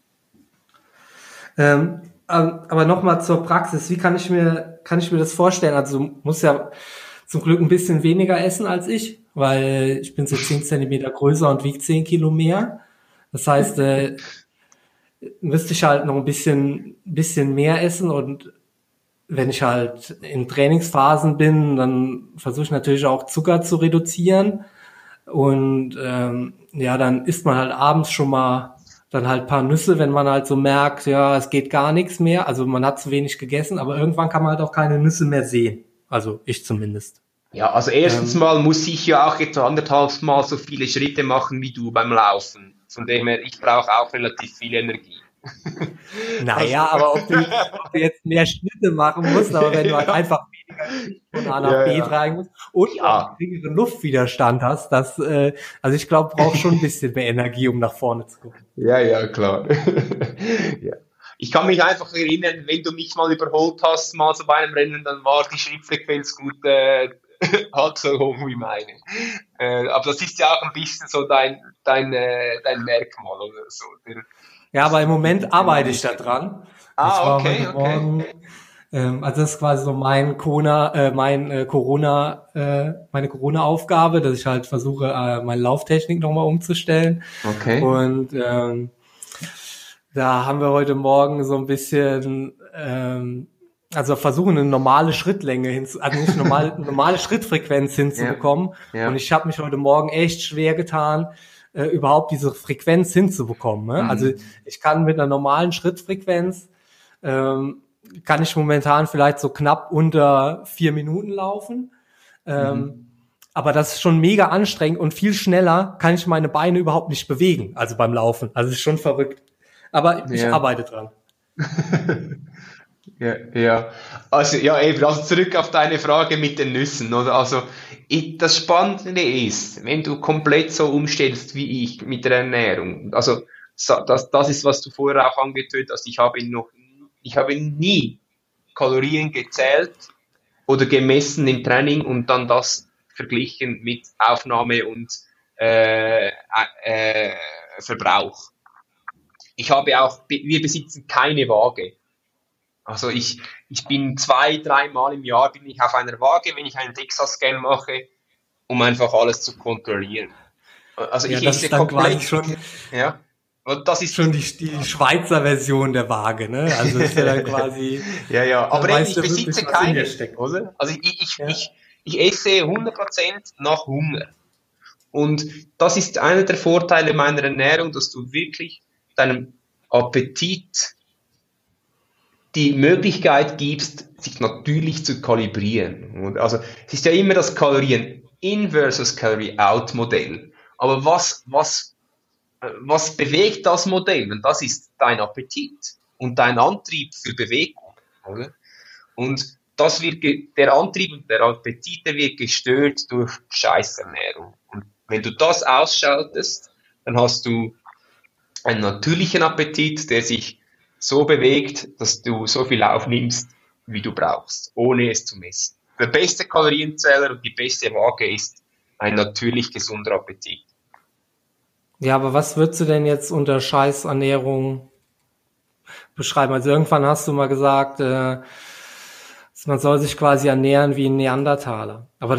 Aber nochmal zur Praxis. Wie kann ich mir das vorstellen? Also du musst ja zum Glück ein bisschen weniger essen als ich, weil ich bin so 10 Zentimeter größer und wiege 10 Kilo mehr. Das heißt, müsste ich halt noch ein bisschen mehr essen, und wenn ich halt in Trainingsphasen bin, dann versuche ich natürlich auch Zucker zu reduzieren. Und ja, dann isst man halt abends schon mal dann halt ein paar Nüsse, wenn man halt so merkt, ja, es geht gar nichts mehr. Also man hat zu wenig gegessen, aber irgendwann kann man halt auch keine Nüsse mehr sehen. Also ich zumindest. Ja, also erstens Ähm, mal muss ich ja auch etwa anderthalb Mal so viele Schritte machen wie du beim Laufen. Von dem her, ich brauche auch relativ viel Energie. Also, naja, aber ob du jetzt mehr Schritte machen musst, aber wenn du halt ja, einfach weniger Gewicht von A nach ja, B ja. tragen musst und noch einen Ja, geringeren Luftwiderstand hast, also ich glaube, brauchst schon ein bisschen mehr Energie, um nach vorne zu kommen. ja, ja, klar. Ja. Ich kann mich einfach erinnern, wenn du mich mal überholt hast, mal so bei einem Rennen, dann war die Schrittfrequenz gut halb so hoch wie meine. Aber das ist ja auch ein bisschen so dein Merkmal oder so, Ja, dass aber im du Moment die arbeite ich da dynamische. dran. Ich Ah, war heute okay, okay. Morgen, also das ist quasi so meine Corona-Aufgabe, dass ich halt versuche, meine Lauftechnik nochmal umzustellen. Okay. Und da haben wir heute Morgen so ein bisschen, also versuchen eine normale Schrittlänge also nicht normale Schrittfrequenz Ja, hinzubekommen. Und ja. ich habe mich heute Morgen echt schwer getan, überhaupt diese Frequenz hinzubekommen. Ne? Also Mhm. ich kann mit einer normalen Schrittfrequenz ähm, kann ich momentan vielleicht so knapp unter 4 Minuten laufen. Ähm, Mhm. aber das ist schon mega anstrengend, und viel schneller kann ich meine Beine überhaupt nicht bewegen, also beim Laufen. Also es ist schon verrückt. Aber ich Ja. arbeite dran. Ja, ja. Also, ja, eben, also zurück auf deine Frage mit den Nüssen, oder? Also, das Spannende ist, wenn du komplett so umstellst wie ich mit der Ernährung, also, das ist, was du vorher auch angetönt hast, ich habe nie Kalorien gezählt oder gemessen im Training und dann das verglichen mit Aufnahme und äh, Verbrauch. Wir besitzen keine Waage. Also ich bin 2-3 Mal im Jahr bin ich auf einer Waage, wenn ich einen DEXA-Scan mache, um einfach alles zu kontrollieren. Also Ja, ich das esse ist dann quasi komplett, schon, ja. Und das ist, schon die Schweizer Version der Waage, ne? Also ist ja dann quasi, ja, ja. da Aber eben, weißt ich du wirklich, besitze was in dir keine, steckt. oder? Also Ja. ich esse 100% nach Hunger. Und das ist einer der Vorteile meiner Ernährung, dass du wirklich deinem Appetit die Möglichkeit gibst, sich natürlich zu kalibrieren. Und also es ist ja immer das Kalorien-In versus Calorie-Out-Modell. Aber was bewegt das Modell? Und das ist dein Appetit und dein Antrieb für Bewegung. Oder? Und der Antrieb und der Appetit, der wird gestört durch Scheißernährung. Und wenn du das ausschaltest, dann hast du einen natürlichen Appetit, der sich so bewegt, dass du so viel aufnimmst, wie du brauchst, ohne es zu messen. Der beste Kalorienzähler und die beste Waage ist ein natürlich gesunder Appetit. Ja, aber was würdest du denn jetzt unter Scheißernährung beschreiben? Also irgendwann hast du mal gesagt, man soll sich quasi ernähren wie ein Neandertaler. Aber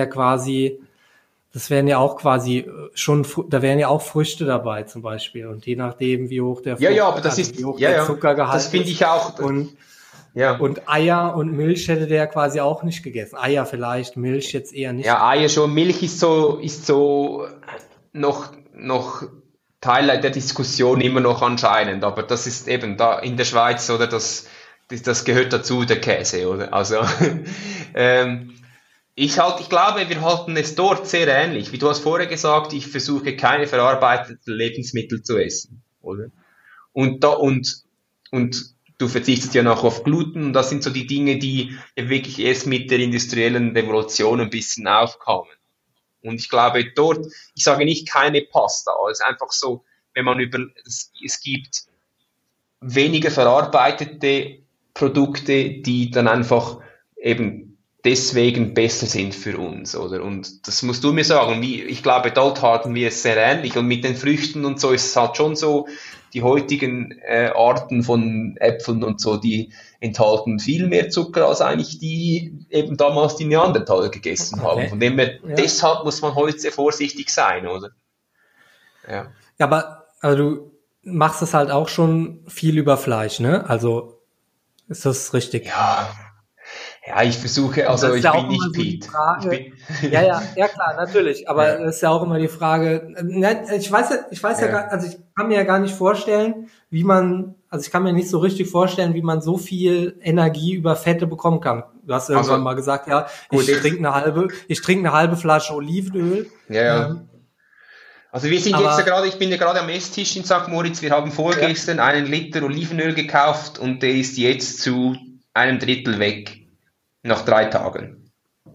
das wären ja auch quasi da wären ja auch Früchte dabei zum Beispiel. Und je nachdem, wie hoch der Ja, ja, Frucht, aber das also wie ist, hoch ja, der ja, das Zuckergehalt finde ist. ich auch, ja. Und Eier und Milch hätte der quasi auch nicht gegessen. Eier vielleicht, Milch jetzt eher nicht. Ja, Eier schon, Milch ist so noch Teil der Diskussion immer noch anscheinend, aber das ist eben da in der Schweiz, oder das gehört dazu, der Käse, oder? Also, ähm, ich glaube, wir halten es dort sehr ähnlich. Wie du hast vorher gesagt, ich versuche keine verarbeiteten Lebensmittel zu essen, oder? Und da, und du verzichtest ja noch auf Gluten, und das sind so die Dinge, die ja wirklich erst mit der industriellen Revolution ein bisschen aufkamen. Und ich glaube dort, ich sage nicht keine Pasta, es ist einfach so, wenn man es gibt weniger verarbeitete Produkte, die dann einfach eben deswegen besser sind für uns, oder? Und das musst du mir sagen. Ich glaube, dort hatten wir es sehr ähnlich. Und mit den Früchten und so ist es halt schon so, die heutigen Arten von Äpfeln und so, die enthalten viel mehr Zucker als eigentlich die eben damals die Neandertaler gegessen haben. Okay. Von dem her, Ja. deshalb muss man heute sehr vorsichtig sein, oder? Ja. Ja, aber du machst es halt auch schon viel über Fleisch, ne? Also ist das richtig? Ja, ja, ich versuche, Und das also ist ich ja auch bin immer nicht so die Pete. Ich Frage. bin, Ja, klar, natürlich. Aber ja, es ist ja auch immer die Frage. Ich weiß ja ja. gar, also ich kann mir ja gar nicht vorstellen, also ich kann mir nicht so richtig vorstellen, wie man so viel Energie über Fette bekommen kann. Du hast irgendwann Also mal gesagt, ja, gut, jetzt, ich trinke eine halbe Flasche Olivenöl. ja, ja. Ähm, Also wir sind jetzt ja aber gerade, ich bin ja gerade am Esstisch in St. Moritz. Wir haben ja, vorgestern einen Liter Olivenöl gekauft und der ist jetzt zu einem Drittel weg. Nach 3 Tagen.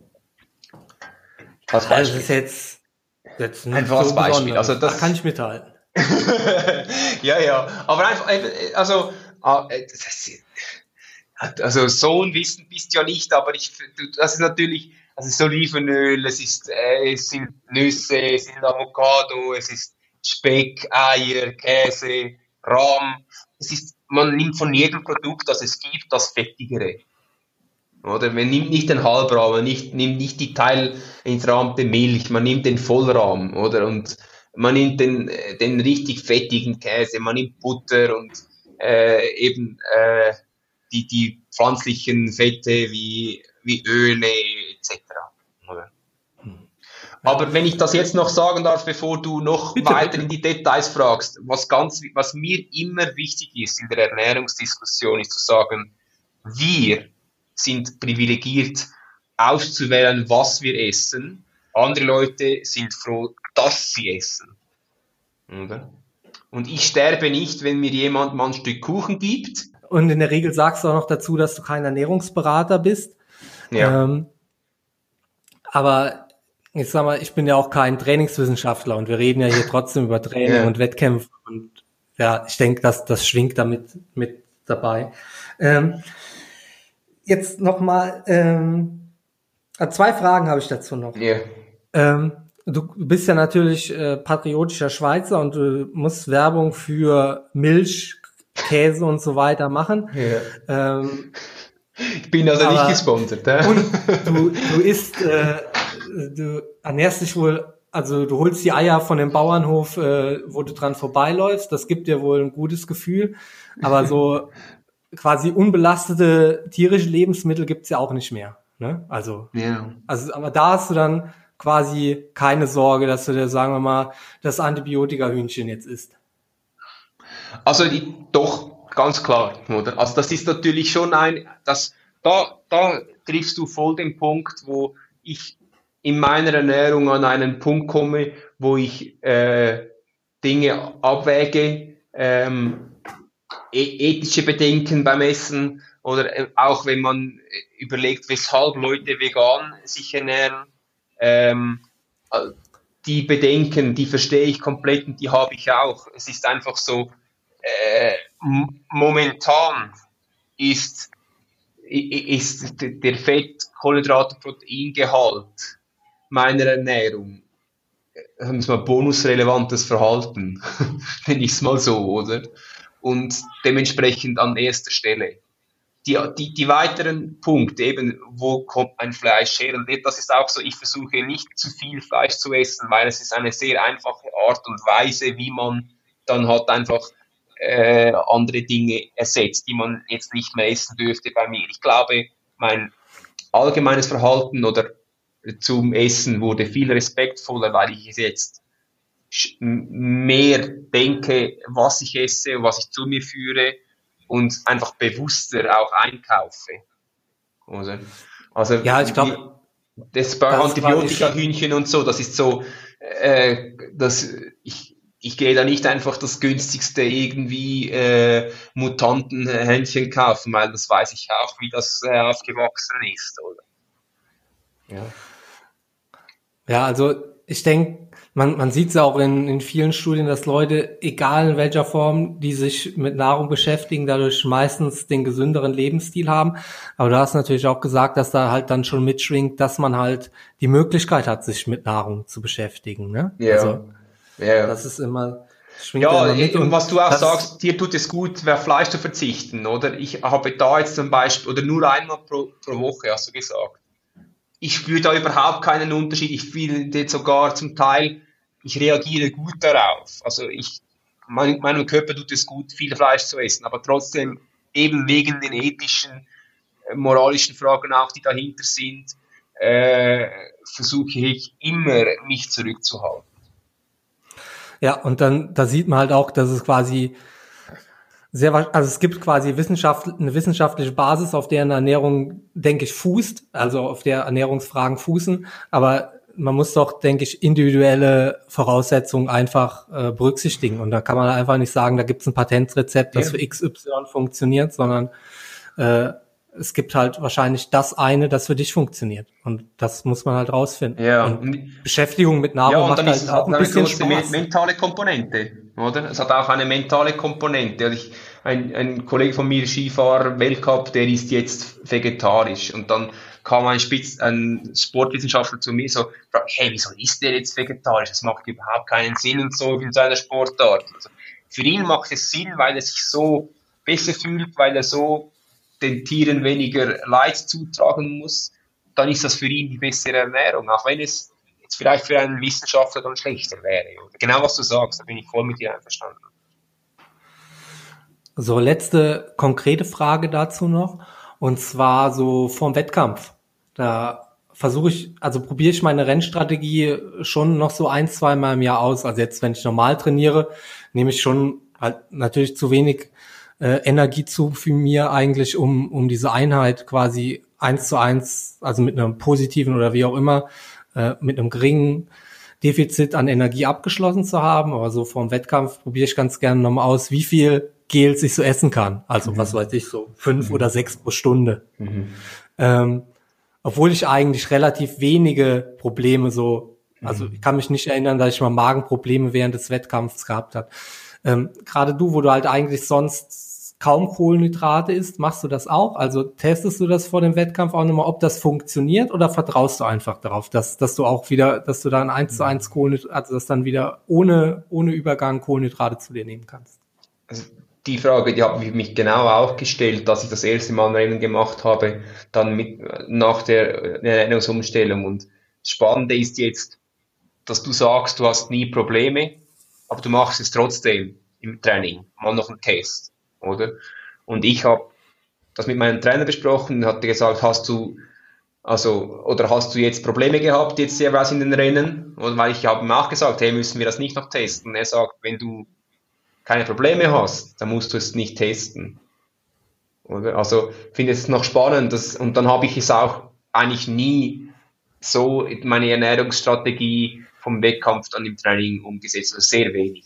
Als das ist Beispiel. jetzt nicht Einfach als so Beispiel. Also besonders. Da kann das, ich mithalten. ja, ja. Aber einfach, also, also so ein Wissen bist du ja nicht, aber das ist natürlich, also es ist Olivenöl, es sind Nüsse, es sind Avocado, es ist Speck, Eier, Käse, Rahm. Man nimmt von jedem Produkt, das es gibt, das Fettigere. Oder man nimmt nicht den Halbrahmen, nimmt nicht die teilentrahmte Milch, man nimmt den Vollrahm, oder? Und man nimmt den richtig fettigen Käse, man nimmt Butter und eben die pflanzlichen Fette wie Öle etc. Oder? Ja. Aber wenn ich das jetzt noch sagen darf, bevor du noch Bitte, weiter bitte. in die Details fragst, was mir immer wichtig ist in der Ernährungsdiskussion, ist zu sagen, wir sind privilegiert auszuwählen, was wir essen. Andere Leute sind froh, dass sie essen. Oder? Und ich sterbe nicht, wenn mir jemand mal ein Stück Kuchen gibt. Und in der Regel sagst du auch noch dazu, dass du kein Ernährungsberater bist. Ja. Ähm, aber ich sag mal, ich bin ja auch kein Trainingswissenschaftler und wir reden ja hier trotzdem über Training Ja. und Wettkämpfe und ja, ich denke, dass das schwingt damit mit dabei. Ähm, jetzt nochmal, 2 Fragen habe ich dazu noch. Ja. Ähm, du bist ja natürlich patriotischer Schweizer und du musst Werbung für Milch, Käse und so weiter machen. Ja. Ich bin also nicht Aber gesponsert. und du isst, du ernährst dich wohl, also du holst die Eier von dem Bauernhof, wo du dran vorbeiläufst. Das gibt dir wohl ein gutes Gefühl. Aber so quasi unbelastete tierische Lebensmittel gibt's ja auch nicht mehr. Ne? Also, Ja. aber da hast du dann quasi keine Sorge, dass du dir, sagen wir mal, das Antibiotika-Hühnchen jetzt isst. Also doch, ganz klar, oder? Also das ist natürlich schon da triffst du voll den Punkt, wo ich in meiner Ernährung an einen Punkt komme, wo ich Dinge abwäge, ethische Bedenken beim Essen oder auch wenn man überlegt, weshalb Leute vegan sich ernähren, ähm, die Bedenken, die verstehe ich komplett und die habe ich auch. Es ist einfach so, momentan ist, ist der Fett-, Kohlenhydrate-, Proteingehalt meiner Ernährung, sagen wir mal, bonusrelevantes Verhalten, nenne ich es mal so, oder? Und dementsprechend an erster Stelle. Die weiteren Punkte, eben, wo kommt ein Fleisch her? Und das ist auch so, ich versuche nicht zu viel Fleisch zu essen, weil es ist eine sehr einfache Art und Weise, wie man dann halt einfach andere Dinge ersetzt, die man jetzt nicht mehr essen dürfte bei mir. Ich glaube, mein allgemeines Verhalten oder zum Essen wurde viel respektvoller, weil ich es jetzt mehr denke, was ich esse und was ich zu mir führe und einfach bewusster auch einkaufe. Oder? Also Ja, ich glaube, das bei das ist quasi Antibiotika-Hühnchen und so, das ist so, ich gehe da nicht einfach das günstigste irgendwie Mutantenhähnchen kaufen, weil das weiß ich auch, wie das aufgewachsen ist, oder? Ja. Ja, also ich denke, man sieht es ja auch in vielen Studien, dass Leute, egal in welcher Form, die sich mit Nahrung beschäftigen, dadurch meistens den gesünderen Lebensstil haben. Aber du hast natürlich auch gesagt, dass da halt dann schon mitschwingt, dass man halt die Möglichkeit hat, sich mit Nahrung zu beschäftigen. Ne? Ja, Also ja. das ist immer, schwingt ja Ja, immer mit. Und was du auch das sagst, dir tut es gut, auf Fleisch zu verzichten, oder? Ich habe da jetzt zum Beispiel, oder nur einmal pro Woche, hast du gesagt. Ich spüre da überhaupt keinen Unterschied. Ich finde sogar zum Teil, ich reagiere gut darauf. Also meinem Körper tut es gut, viel Fleisch zu essen, aber trotzdem eben wegen den ethischen, moralischen Fragen auch, die dahinter sind, versuche ich immer, mich zurückzuhalten. Ja, und dann, da sieht man halt auch, dass es quasi also es gibt quasi eine wissenschaftliche Basis, auf der eine Ernährung, denke ich, fußt, also auf der Ernährungsfragen fußen, aber man muss doch, denke ich, individuelle Voraussetzungen einfach berücksichtigen. Und da kann man einfach nicht sagen, da gibt es ein Patentrezept, das für XY funktioniert, sondern es gibt halt wahrscheinlich das eine, das für dich funktioniert. Und das muss man halt rausfinden. Ja. Und Beschäftigung mit Nahrung macht halt auch ein bisschen Spaß. Mentale Komponente, oder? Es hat auch eine mentale Komponente. Also ein Kollege von mir, Skifahrer, Weltcup, der ist jetzt vegetarisch. Und dann kam ein Sportwissenschaftler zu mir so, hey, wieso ist der jetzt vegetarisch? Das macht überhaupt keinen Sinn und so in seiner Sportart. Also für ihn macht es Sinn, weil er sich so besser fühlt, weil er so den Tieren weniger Leid zutragen muss, dann ist das für ihn die bessere Ernährung, auch wenn es jetzt vielleicht für einen Wissenschaftler dann schlechter wäre. Genau was du sagst, da bin ich voll mit dir einverstanden. So, letzte konkrete Frage dazu noch, und zwar so vorm Wettkampf. Da probiere ich meine Rennstrategie schon noch so 1-2 Mal im Jahr aus. Also jetzt, wenn ich normal trainiere, nehme ich schon halt natürlich zu wenig Energie zu für mir eigentlich, um diese Einheit quasi 1:1, also mit einem positiven oder wie auch immer, mit einem geringen Defizit an Energie abgeschlossen zu haben. Aber so vorm Wettkampf probiere ich ganz gerne nochmal aus, wie viel Gels ich so essen kann. Also was weiß ich, so 5 oder 6 pro Stunde. Obwohl ich eigentlich relativ wenige Probleme also ich kann mich nicht erinnern, dass ich mal Magenprobleme während des Wettkampfs gehabt habe. Gerade du, wo du halt eigentlich sonst kaum Kohlenhydrate isst. Machst du das auch? Also testest du das vor dem Wettkampf auch nochmal, ob das funktioniert, oder vertraust du einfach darauf, dass du auch wieder, dass du dann 1:1 Kohlenhydrate, also dass dann wieder ohne Übergang Kohlenhydrate zu dir nehmen kannst? Also die Frage, die habe ich mich genau auch gestellt, dass ich das erste Mal ein Rennen gemacht habe, dann nach der Ernährungsumstellung. Und das Spannende ist jetzt, dass du sagst, du hast nie Probleme, aber du machst es trotzdem im Training, mal noch einen Test, oder? Und ich habe das mit meinem Trainer besprochen und hatte gesagt, hast du jetzt Probleme gehabt jetzt jeweils in den Rennen? Oder weil ich habe ihm auch gesagt, hey, müssen wir das nicht noch testen? Er sagt, wenn du keine Probleme hast, dann musst du es nicht testen. Oder? Also ich finde es noch spannend, und dann habe ich es auch eigentlich nie so meine Ernährungsstrategie vom Wettkampf dann im Training umgesetzt, also sehr wenig.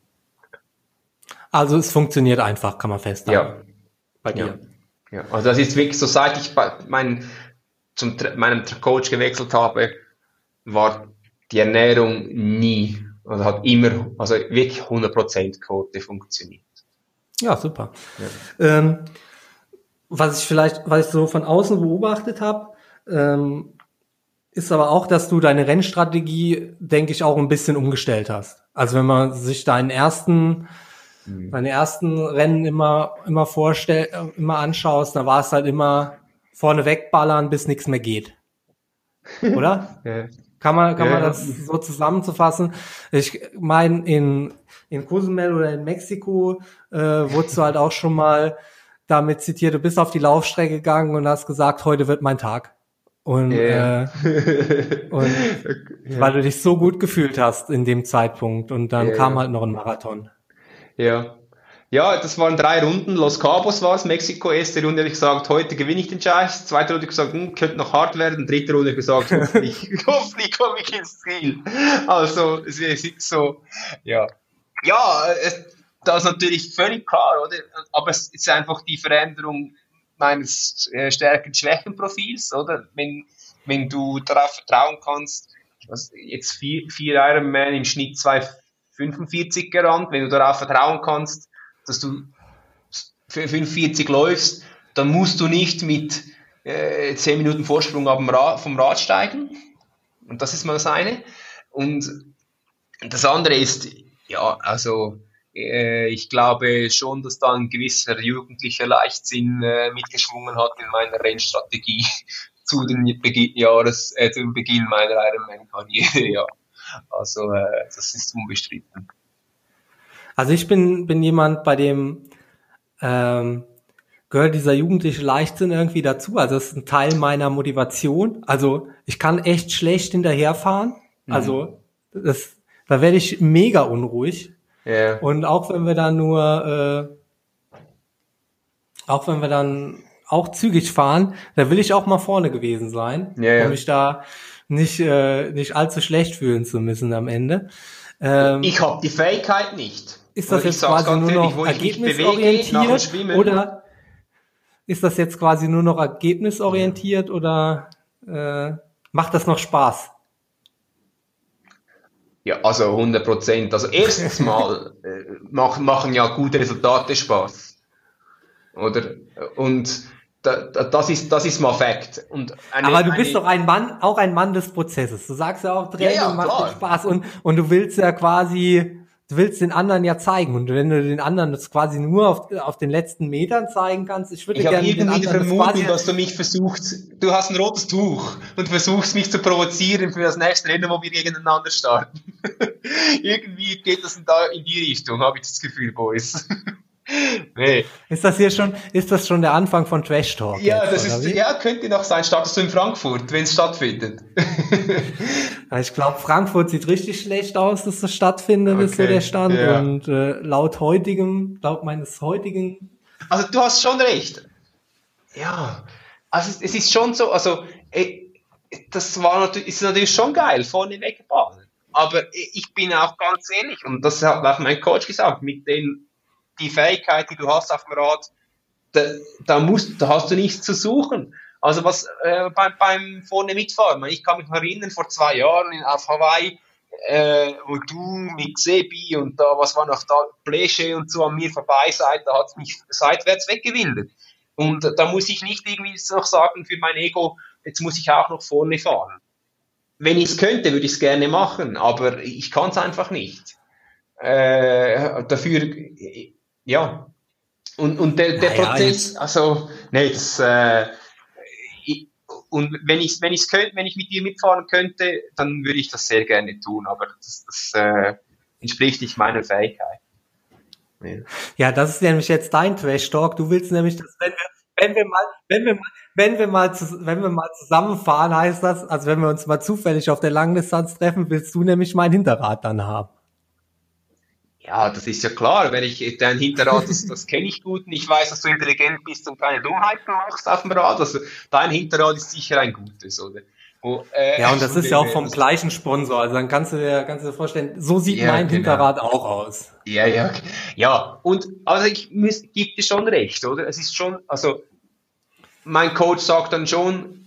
Also es funktioniert einfach, kann man festhalten. Ja. Bei dir. Ja. Also das ist wirklich so, seit ich zu meinem Coach gewechselt habe, war die Ernährung nie, also hat immer, also wirklich 100% Quote funktioniert. Ja, super. Ja. Was ich so von außen beobachtet habe, ist aber auch, dass du deine Rennstrategie, denke ich, auch ein bisschen umgestellt hast. Also wenn man sich deine ersten Rennen immer vorstellt, immer anschaust, da war es halt immer vorne wegballern, bis nichts mehr geht. Oder? Ja. Kann man das so zusammenzufassen? Ich meine, in Cozumel oder in Mexiko wurdest du halt auch schon mal damit zitiert, du bist auf die Laufstrecke gegangen und hast gesagt, heute wird mein Tag. Und weil du dich so gut gefühlt hast in dem Zeitpunkt, und dann kam halt noch ein Marathon. Ja, das waren 3 Runden. Los Cabos war es, Mexiko. Erste Runde habe ich gesagt, heute gewinne ich den Scheiß. Zweite Runde habe ich gesagt, könnte noch hart werden. Dritte Runde habe ich gesagt, hoffentlich komme ich ins Ziel. Also, es ist so, ja. Ja, das ist natürlich völlig klar, oder? Aber es ist einfach die Veränderung meines Stärken-Schwächen-Profils, oder? Wenn du darauf vertrauen kannst, jetzt 4 Ironman im Schnitt 2:45 gerannt, wenn du darauf vertrauen kannst, dass du für 45 läufst, dann musst du nicht mit 10 Minuten Vorsprung vom Rad steigen. Und das ist mal das eine. Und das andere ist, ja, also ich glaube schon, dass da ein gewisser jugendlicher Leichtsinn mitgeschwungen hat in meiner Rennstrategie zu dem Beginn meiner Ironman-Karriere, ja. Also das ist unbestritten. Also ich bin jemand, bei dem gehört dieser jugendliche Leichtsinn irgendwie dazu. Also das ist ein Teil meiner Motivation. Also ich kann echt schlecht hinterherfahren. Also da werde ich mega unruhig. Yeah. Und auch wenn wir dann auch zügig fahren, da will ich auch mal vorne gewesen sein, um mich da nicht allzu schlecht fühlen zu müssen am Ende. Ich habe die Fähigkeit nicht. Ist das jetzt quasi nur noch ergebnisorientiert, oder ist das jetzt quasi nur noch ergebnisorientiert, oder macht das noch Spaß? Ja, also 100%. Also erstens mal machen ja gute Resultate Spaß, oder? Und das ist mal Fakt. Und aber du bist doch ein Mann des Prozesses. Du sagst ja auch, Training macht dir Spaß, und du willst ja quasi, du willst den anderen ja zeigen. Und wenn du den anderen das quasi nur auf den letzten Metern zeigen kannst, ich würde gerne den anderen... Ich habe irgendwie die Vermutung, dass du mich versuchst, du hast ein rotes Tuch und versuchst mich zu provozieren für das nächste Rennen, wo wir gegeneinander starten. Irgendwie geht das da in die Richtung, habe ich das Gefühl, Boys. Nee. Ist das schon der Anfang von Trash Talk? Ja, könnte noch sein. Startest du in Frankfurt, wenn es stattfindet? Ich glaube, Frankfurt sieht richtig schlecht aus, dass das stattfindet, ist so der Stand. Ja. Und laut meines heutigen... Also du hast schon recht. Ja, also es ist schon so, also ist natürlich schon geil, vorne wegballen. Aber ich bin auch ganz ehrlich, und das hat auch mein Coach gesagt, die Fähigkeit, die du hast auf dem Rad, da hast du nichts zu suchen. Also was beim vorne mitfahren. Ich kann mich erinnern, vor 2 Jahren auf Hawaii, wo du mit Sebi und da, was war noch da, Blesche und so an mir vorbei seid, da hat es mich seitwärts weggewildert. Und da muss ich nicht irgendwie noch sagen für mein Ego, jetzt muss ich auch noch vorne fahren. Wenn ich es könnte, würde ich es gerne machen, aber ich kann es einfach nicht. Dafür, ja. Und der Naja, Prozess, jetzt. also, nee, das, und wenn ich könnte, wenn ich mit dir mitfahren könnte, dann würde ich das sehr gerne tun, aber das entspricht nicht meiner Fähigkeit. Ja. Ja, das ist nämlich jetzt dein Trash Talk. Du willst nämlich, dass wenn wir mal, wenn wir mal, wenn wir mal zusammenfahren, heißt das, also wenn wir uns mal zufällig auf der Langdistanz treffen, willst du nämlich mein Hinterrad dann haben. Ja, das ist ja klar, wenn ich dein Hinterrad, das kenne ich gut und ich weiß, dass du intelligent bist und keine Dummheiten machst auf dem Rad. Also dein Hinterrad ist sicher ein gutes, oder? Wo, Ja, und das von ist ja dem auch her, vom gleichen Sponsor. Also dann kannst du dir vorstellen, so sieht ja, mein genau. Hinterrad auch aus. Ja, ja, ja. Und also gebe dir schon recht, oder? Es ist schon, also mein Coach sagt dann schon,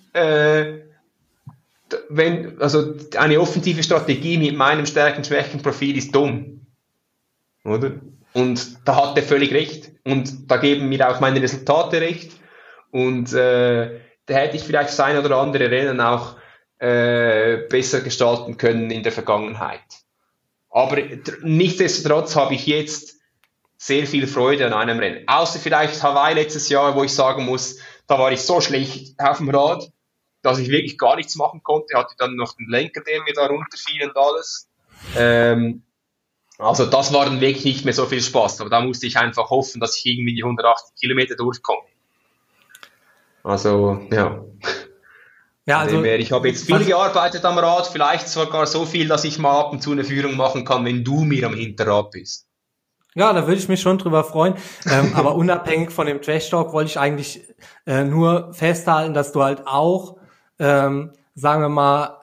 wenn, also eine offensive Strategie mit meinem Stärken-Schwächen-Profil ist dumm, oder? Und da hat er völlig recht. Und da geben mir auch meine Resultate recht. Und da hätte ich vielleicht das ein oder andere Rennen auch besser gestalten können in der Vergangenheit. Aber nichtsdestotrotz habe ich jetzt sehr viel Freude an einem Rennen. Außer vielleicht Hawaii letztes Jahr, wo ich sagen muss, da war ich so schlecht auf dem Rad, dass ich wirklich gar nichts machen konnte. Hatte dann noch den Lenker, der mir da runterfiel und alles. Also das war dann wirklich nicht mehr so viel Spaß. Aber da musste ich einfach hoffen, dass ich irgendwie die 180 Kilometer durchkomme. Also, ja. Ja, Von dem also, her, ich habe jetzt viel gearbeitet am Rad, vielleicht sogar so viel, dass ich mal ab und zu eine Führung machen kann, wenn du mir am Hinterrad bist. ja, da würde ich mich schon drüber freuen. Aber unabhängig von dem Trash Talk wollte ich eigentlich nur festhalten, dass du halt auch, sagen wir mal,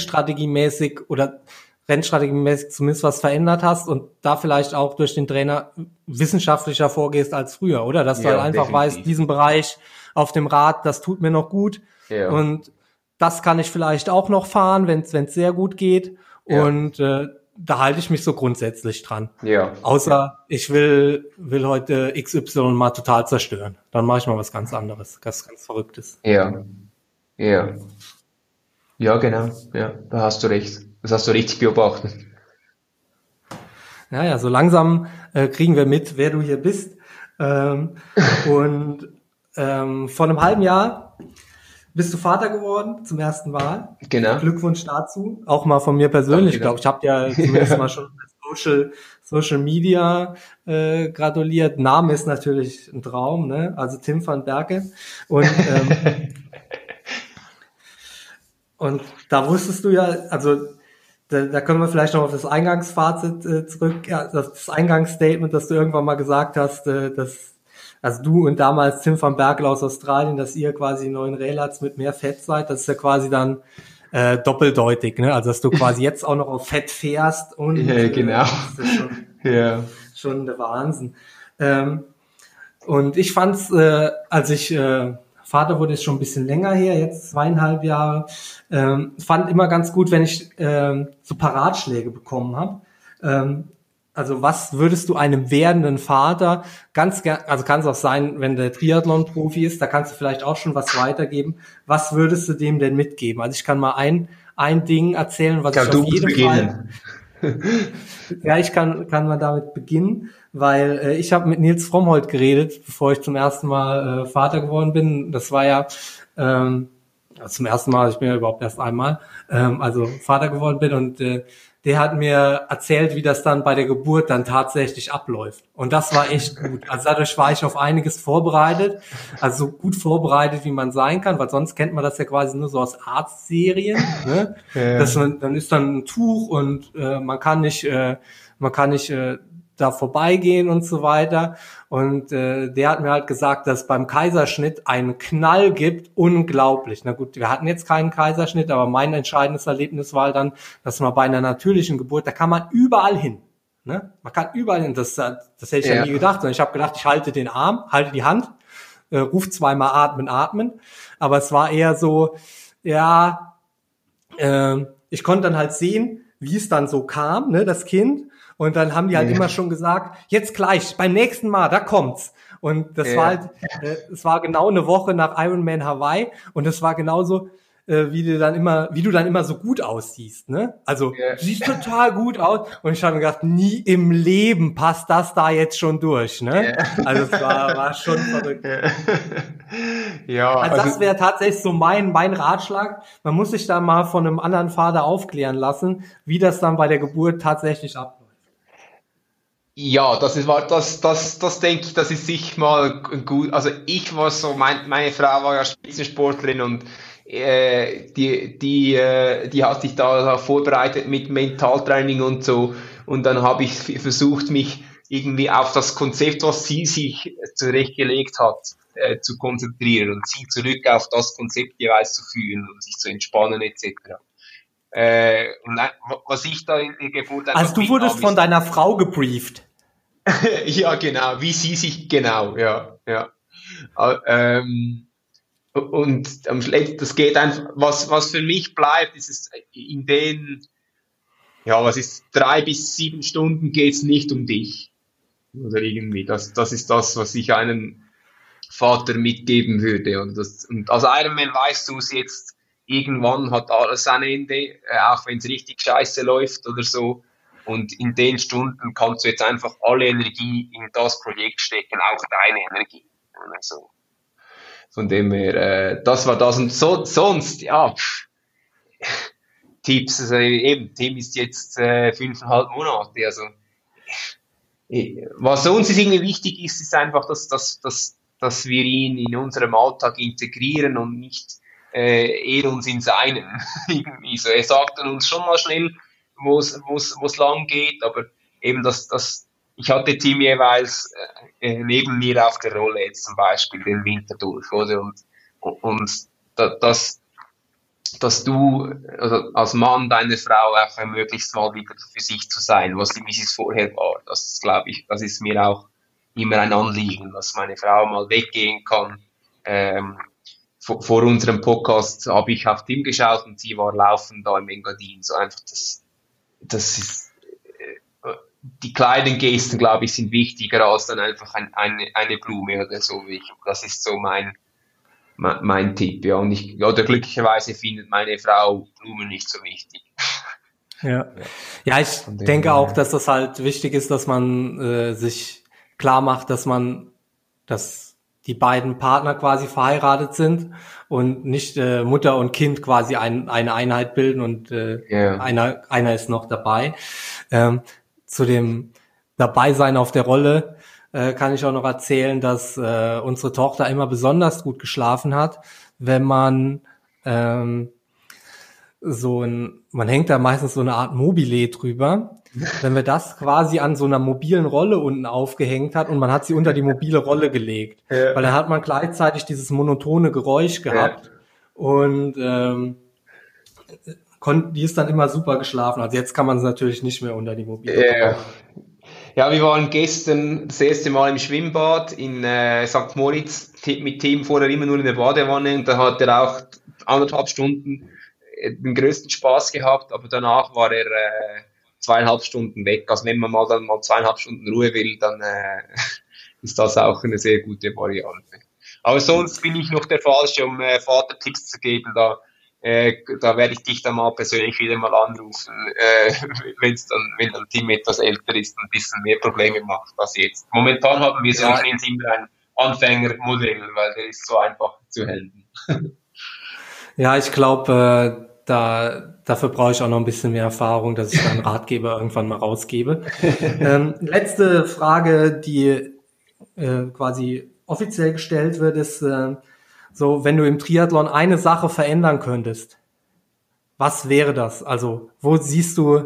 rennstrategiemäßig zumindest was verändert hast und da vielleicht auch durch den Trainer wissenschaftlicher vorgehst als früher, oder? Dass du halt Ja, einfach weißt, definitiv. diesen Bereich auf dem Rad, das tut mir noch gut Ja, und das kann ich vielleicht auch noch fahren, wenn es sehr gut geht ja, und da halte ich mich so grundsätzlich dran. ja, Außer ich will heute XY mal total zerstören. Dann mache ich mal was ganz anderes, ganz Verrücktes. ja, ja. Ja, genau. Ja, da hast du recht. Das hast du richtig beobachtet. Ja, so langsam kriegen wir mit, wer du hier bist. Und vor einem halben Jahr bist du Vater geworden zum ersten Mal. Genau. Glückwunsch dazu. Auch mal von mir persönlich. Danke, Ich glaube, danke. ich habe dir zumindest mal schon Social Media gratuliert. Name ist natürlich ein Traum, ne? Also Tim van Berke. Und da wusstest du ja, also da können wir vielleicht noch auf das Eingangsfazit zurück, ja, das Eingangsstatement, das du irgendwann mal gesagt hast, dass also du und damals Tim van Berkel aus Australien, dass ihr quasi 9 Relats mit mehr Fett seid, das ist ja quasi dann doppeldeutig, ne? Also dass du quasi jetzt auch noch auf Fett fährst und Ja, genau. das ist Ja. schon der Wahnsinn. Und ich fand's, als ich Vater wurde, ist schon ein bisschen länger her, jetzt 2,5 Jahre, fand immer ganz gut, wenn ich so Paratschläge bekommen habe. Also was würdest du einem werdenden Vater ganz gern, also kann es auch sein, wenn der Triathlon-Profi ist, da kannst du vielleicht auch schon was weitergeben. Was würdest du dem denn mitgeben? Also ich kann mal ein Ding erzählen, was Ich ich glaube, du auf musst jeden Fall, beginnen. ja, ich kann mal damit beginnen, weil ich habe mit Nils Frommholt geredet, bevor ich zum ersten Mal Vater geworden bin. Das war ja also zum ersten Mal, ich bin ja überhaupt erst einmal, also Vater geworden bin und der hat mir erzählt, wie das dann bei der Geburt dann tatsächlich abläuft. Und das war echt gut. Also dadurch war ich auf einiges vorbereitet, also so gut vorbereitet, wie man sein kann, weil sonst kennt man das ja quasi nur so aus Arztserien, ne? Ja. Dann ist dann ein Tuch und man kann nicht da vorbeigehen und so weiter. Und der hat mir halt gesagt, dass beim Kaiserschnitt einen Knall gibt, unglaublich. Na gut, wir hatten jetzt keinen Kaiserschnitt, aber mein entscheidendes Erlebnis war dann, dass man bei einer natürlichen Geburt, da kann man überall hin. Ne? Man kann überall hin. Das hätte ich ja Ja. nie gedacht. Und ich habe gedacht, ich halte den Arm, halte die Hand, ruf zweimal atmen. Aber es war eher so, ja, ich konnte dann halt sehen, wie es dann so kam, ne, das Kind. Und dann haben die halt immer schon gesagt, jetzt gleich, beim nächsten Mal, da kommt's. Und das war halt, es war genau eine Woche nach Ironman Hawaii und es war genauso, wie du dann immer so gut aussiehst, ne? Also, du siehst total gut aus. Und ich habe mir gedacht, nie im Leben passt das da jetzt schon durch, ne? Also, es war schon verrückt. Ja, Also das wäre tatsächlich so mein Ratschlag. Man muss sich da mal von einem anderen Vater aufklären lassen, wie das dann bei der Geburt tatsächlich abläuft. ja, das denke ich, das ist sicher mal gut. Also ich war so, meine Frau war ja Spitzensportlerin und die hat sich da vorbereitet mit Mentaltraining und so. Und dann habe ich versucht, mich irgendwie auf das Konzept, was sie sich zurechtgelegt hat, zu konzentrieren und sie zurück auf das Konzept jeweils zu führen und sich zu entspannen etc. Und was ich da in der Geburt einfach Also du wurdest von deiner Frau gebrieft. ja, genau, wie sie sich, genau, ja, ja. Und das geht einfach, was für mich bleibt, ist es in den, ja, was ist 3 bis 7 Stunden geht's nicht um dich. Oder irgendwie, das ist das, was ich einem Vater mitgeben würde. Und als Ironman weißt du es jetzt, irgendwann hat alles ein Ende, auch wenn es richtig scheiße läuft oder so. Und in den Stunden kannst du jetzt einfach alle Energie in das Projekt stecken, auch deine Energie. Also, von dem her, das war das. Und sonst, ja, Tipps, also eben, Tim ist jetzt 5,5 Monate. Also, was uns ist irgendwie wichtig ist einfach, dass wir ihn in unserem Alltag integrieren und nicht er uns in seinen. Irgendwie so. Er sagt dann uns schon mal schnell, wo es lang geht, aber eben ich hatte Tim jeweils neben mir auf der Rolle jetzt zum Beispiel den Winter durch, oder? Und das, dass du also als Mann deiner Frau auch ermöglicht, mal wieder für sich zu sein, wie sie es vorher war. Das glaube ich, das ist mir auch immer ein Anliegen, dass meine Frau mal weggehen kann. Vor unserem Podcast habe ich auf Tim geschaut und sie war laufend da im Engadin. So einfach das ist die kleinen Gesten, glaube ich, sind wichtiger als dann einfach eine Blume oder so. Das ist so mein Tipp, ja. Oder glücklicherweise findet meine Frau Blumen nicht so wichtig. Ja, ich denke auch, dass das halt wichtig ist, dass man sich klar macht, dass die beiden Partner quasi verheiratet sind und nicht Mutter und Kind quasi eine Einheit bilden und einer ist noch dabei. Zu dem Dabeisein auf der Rolle kann ich auch noch erzählen, dass unsere Tochter immer besonders gut geschlafen hat, wenn man man hängt da meistens so eine Art Mobile drüber. Wenn wir das quasi an so einer mobilen Rolle unten aufgehängt hat und man hat sie unter die mobile Rolle gelegt, weil dann hat man gleichzeitig dieses monotone Geräusch gehabt und die ist dann immer super geschlafen. Also jetzt kann man es natürlich nicht mehr unter die mobile Rolle. Ja, wir waren gestern das erste Mal im Schwimmbad in St. Moritz mit Tim, vorher immer nur in der Badewanne und da hat er auch 1,5 Stunden den größten Spaß gehabt, aber danach war er 2,5 Stunden weg. Also wenn man dann mal 2,5 Stunden Ruhe will, dann ist das auch eine sehr gute Variante. Aber sonst bin ich noch der Falsche, um Vatertipps zu geben. Da werde ich dich dann mal persönlich wieder mal anrufen, wenn dann Tim etwas älter ist und ein bisschen mehr Probleme macht als jetzt. Momentan haben wir so ein Anfängermodell, weil der ist so einfach zu handeln. Ja, ich glaube, dafür brauche ich auch noch ein bisschen mehr Erfahrung, dass ich da einen Ratgeber irgendwann mal rausgebe. Letzte Frage, die quasi offiziell gestellt wird, ist so, wenn du im Triathlon eine Sache verändern könntest, was wäre das? Also, wo siehst du,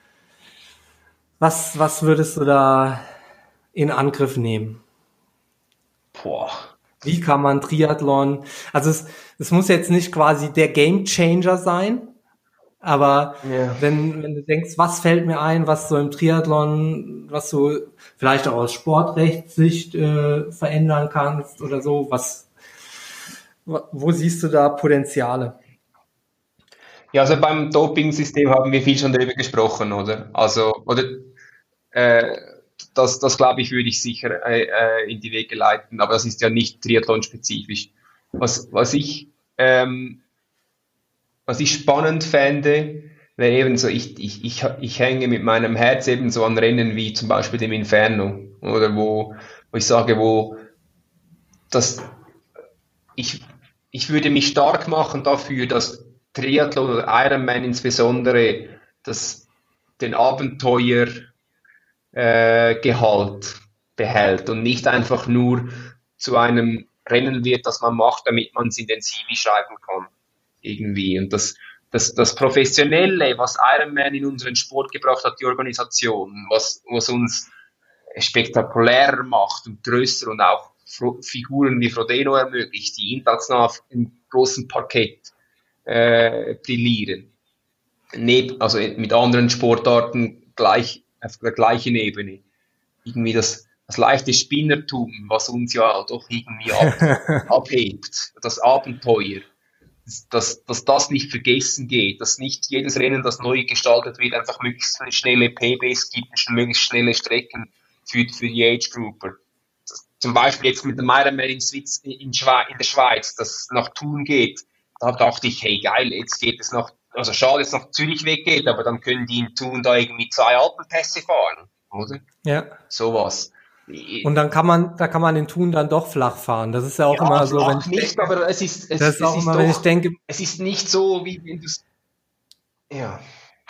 was würdest du da in Angriff nehmen? Boah. Wie kann man Triathlon, also es muss jetzt nicht quasi der Gamechanger sein, aber wenn du denkst, was fällt mir ein, was so im Triathlon, was du vielleicht auch aus Sportrechtssicht verändern kannst oder so, wo siehst du da Potenziale? Ja, also beim Doping-System haben wir viel schon darüber gesprochen, oder? Äh, das glaube ich, würde ich sicher in die Wege leiten, aber das ist ja nicht Triathlon-spezifisch. Was ähm, was ich spannend fände, wäre eben so, ich hänge mit meinem Herz eben so an Rennen wie zum Beispiel dem Inferno, oder wo ich sage, wo das, ich, ich würde mich stark machen dafür, dass Triathlon oder Ironman insbesondere das, den Gehalt behält und nicht einfach nur zu einem Rennen wird, das man macht, damit man es in den CV schreiben kann. Irgendwie. Und das Professionelle, was Ironman in unseren Sport gebracht hat, die Organisation, was uns spektakulärer macht und größer und auch Figuren wie Frodeno ermöglicht, die international im großen Parkett brillieren. Also mit anderen Sportarten auf der gleichen Ebene. Irgendwie das leichte Spinnertum, was uns ja doch irgendwie abhebt, das Abenteuer, dass das nicht vergessen geht, dass nicht jedes Rennen, das neu gestaltet wird, einfach möglichst schnelle PBs gibt, möglichst schnelle Strecken für die Age-Grouper. Zum Beispiel jetzt mit dem Ironman in der Schweiz, das nach Thun geht, da dachte ich, hey geil, jetzt geht es nach, also schade, dass es nach Zürich weggeht, aber dann können die in Thun da irgendwie 2 Alpenpässe fahren, oder? Ja. Sowas. Und da kann man den Thun dann doch flach fahren. Das ist ja auch Ja, immer so, flach nicht, aber es ist, das ist auch ist immer, wenn ich doch, denke, es ist nicht so, wie wenn du es, ja.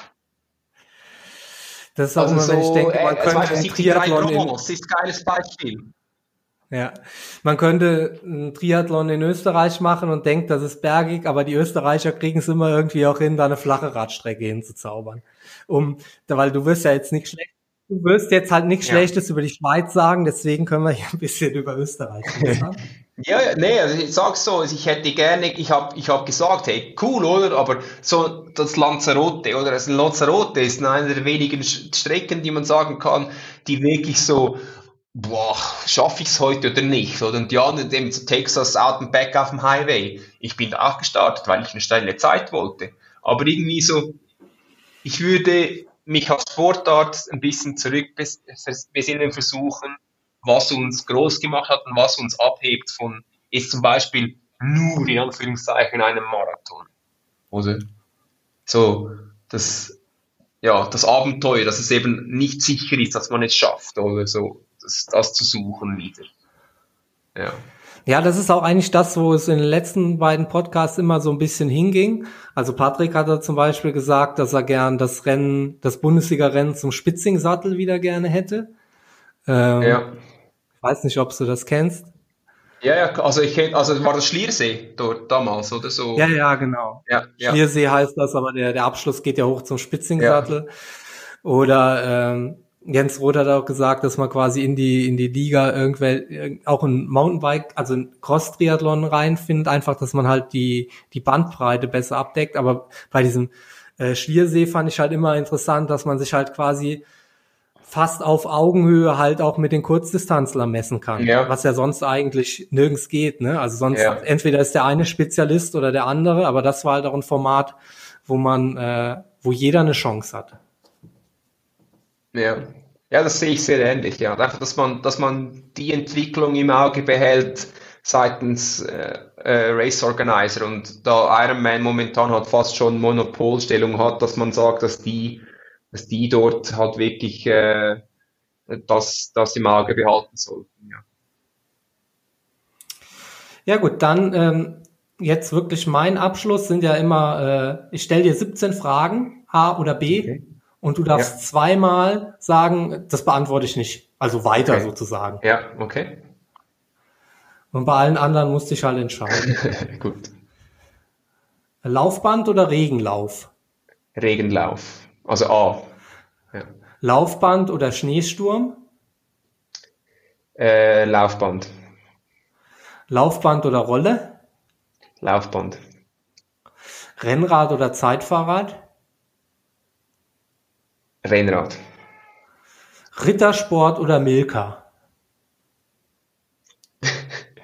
das ist auch Also immer, wenn ich so, denke, man zum könnte Beispiel einen 73 Triathlon Provence ist ein geiles Beispiel. ja, man könnte einen Triathlon in Österreich machen und denkt, das ist bergig, aber die Österreicher kriegen es immer irgendwie auch hin, da eine flache Radstrecke hinzuzaubern. Weil du wirst ja jetzt nicht schlecht, du wirst jetzt halt nichts Ja. Schlechtes über die Schweiz sagen, deswegen können wir hier ein bisschen über Österreich reden. Ja, ja, nee, also ich sag's so, also ich hab gesagt, hey, cool, oder? Aber so das Lanzarote, oder? Also Lanzarote ist eine der wenigen Strecken, die man sagen kann, die wirklich so, boah, schaffe ich's heute oder nicht? Oder? Und die anderen, dem zu Texas out and back auf dem Highway. Ich bin da auch gestartet, weil ich eine steile Zeit wollte. Aber irgendwie so, ich würde mich als Sportart ein bisschen zurückbesinnen versuchen, was uns groß gemacht hat und was uns abhebt von ist zum Beispiel nur in Anführungszeichen einem Marathon. Oder? So, das Abenteuer, dass es eben nicht sicher ist, dass man es schafft, oder so, das zu suchen wieder. Ja. Ja, das ist auch eigentlich das, wo es in den letzten beiden Podcasts immer so ein bisschen hinging. Also Patrick hat da zum Beispiel gesagt, dass er gern das Bundesliga-Rennen zum Spitzingsattel wieder gerne hätte. Ja. Ich weiß nicht, ob du das kennst. Ja, ja, also war das Schliersee dort damals, oder so? Ja, genau. Ja, ja, Schliersee heißt das, aber der Abschluss geht ja hoch zum ja. Spitzingsattel. Oder Jens Roth hat auch gesagt, dass man quasi in die Liga auch ein Mountainbike, also ein Cross-Triathlon reinfindet, einfach, dass man halt die Bandbreite besser abdeckt. Aber bei diesem Schliersee fand ich halt immer interessant, dass man sich halt quasi fast auf Augenhöhe halt auch mit den Kurzdistanzlern messen kann, Ja. was ja sonst eigentlich nirgends geht, ne? Also sonst Ja. entweder ist der eine Spezialist oder der andere, aber das war halt auch ein Format, wo jeder eine Chance hat. Ja. Ja, das sehe ich sehr ähnlich, ja. Einfach, dass man die Entwicklung im Auge behält seitens Race Organizer und da Ironman momentan halt fast schon Monopolstellung hat, dass man sagt, dass die dort halt wirklich das im Auge behalten sollten, ja. Ja gut, dann jetzt wirklich mein Abschluss sind ja immer, ich stelle dir 17 Fragen, A oder B, Okay. und du Ja. darfst zweimal sagen, das beantworte ich nicht. Also weiter Okay. sozusagen. Ja, okay. Und bei allen anderen musste ich halt entscheiden. Gut. Laufband oder Regenlauf? Regenlauf. Also A. Ja. Laufband oder Schneesturm? Laufband. Laufband oder Rolle? Laufband. Rennrad oder Zeitfahrrad? Rennrad. Rittersport oder Milka?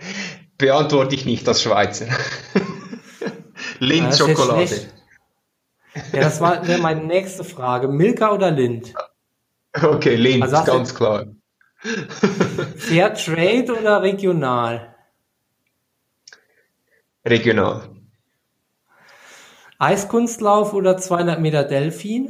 Beantworte ich nicht als Schweizer. Das ist jetzt Lindschokolade. schlecht. Ja, wäre meine nächste Frage. Milka oder Lind? Okay, Linz, Also ganz klar. Fair Trade oder regional? Regional. Eiskunstlauf oder 200 Meter Delfin?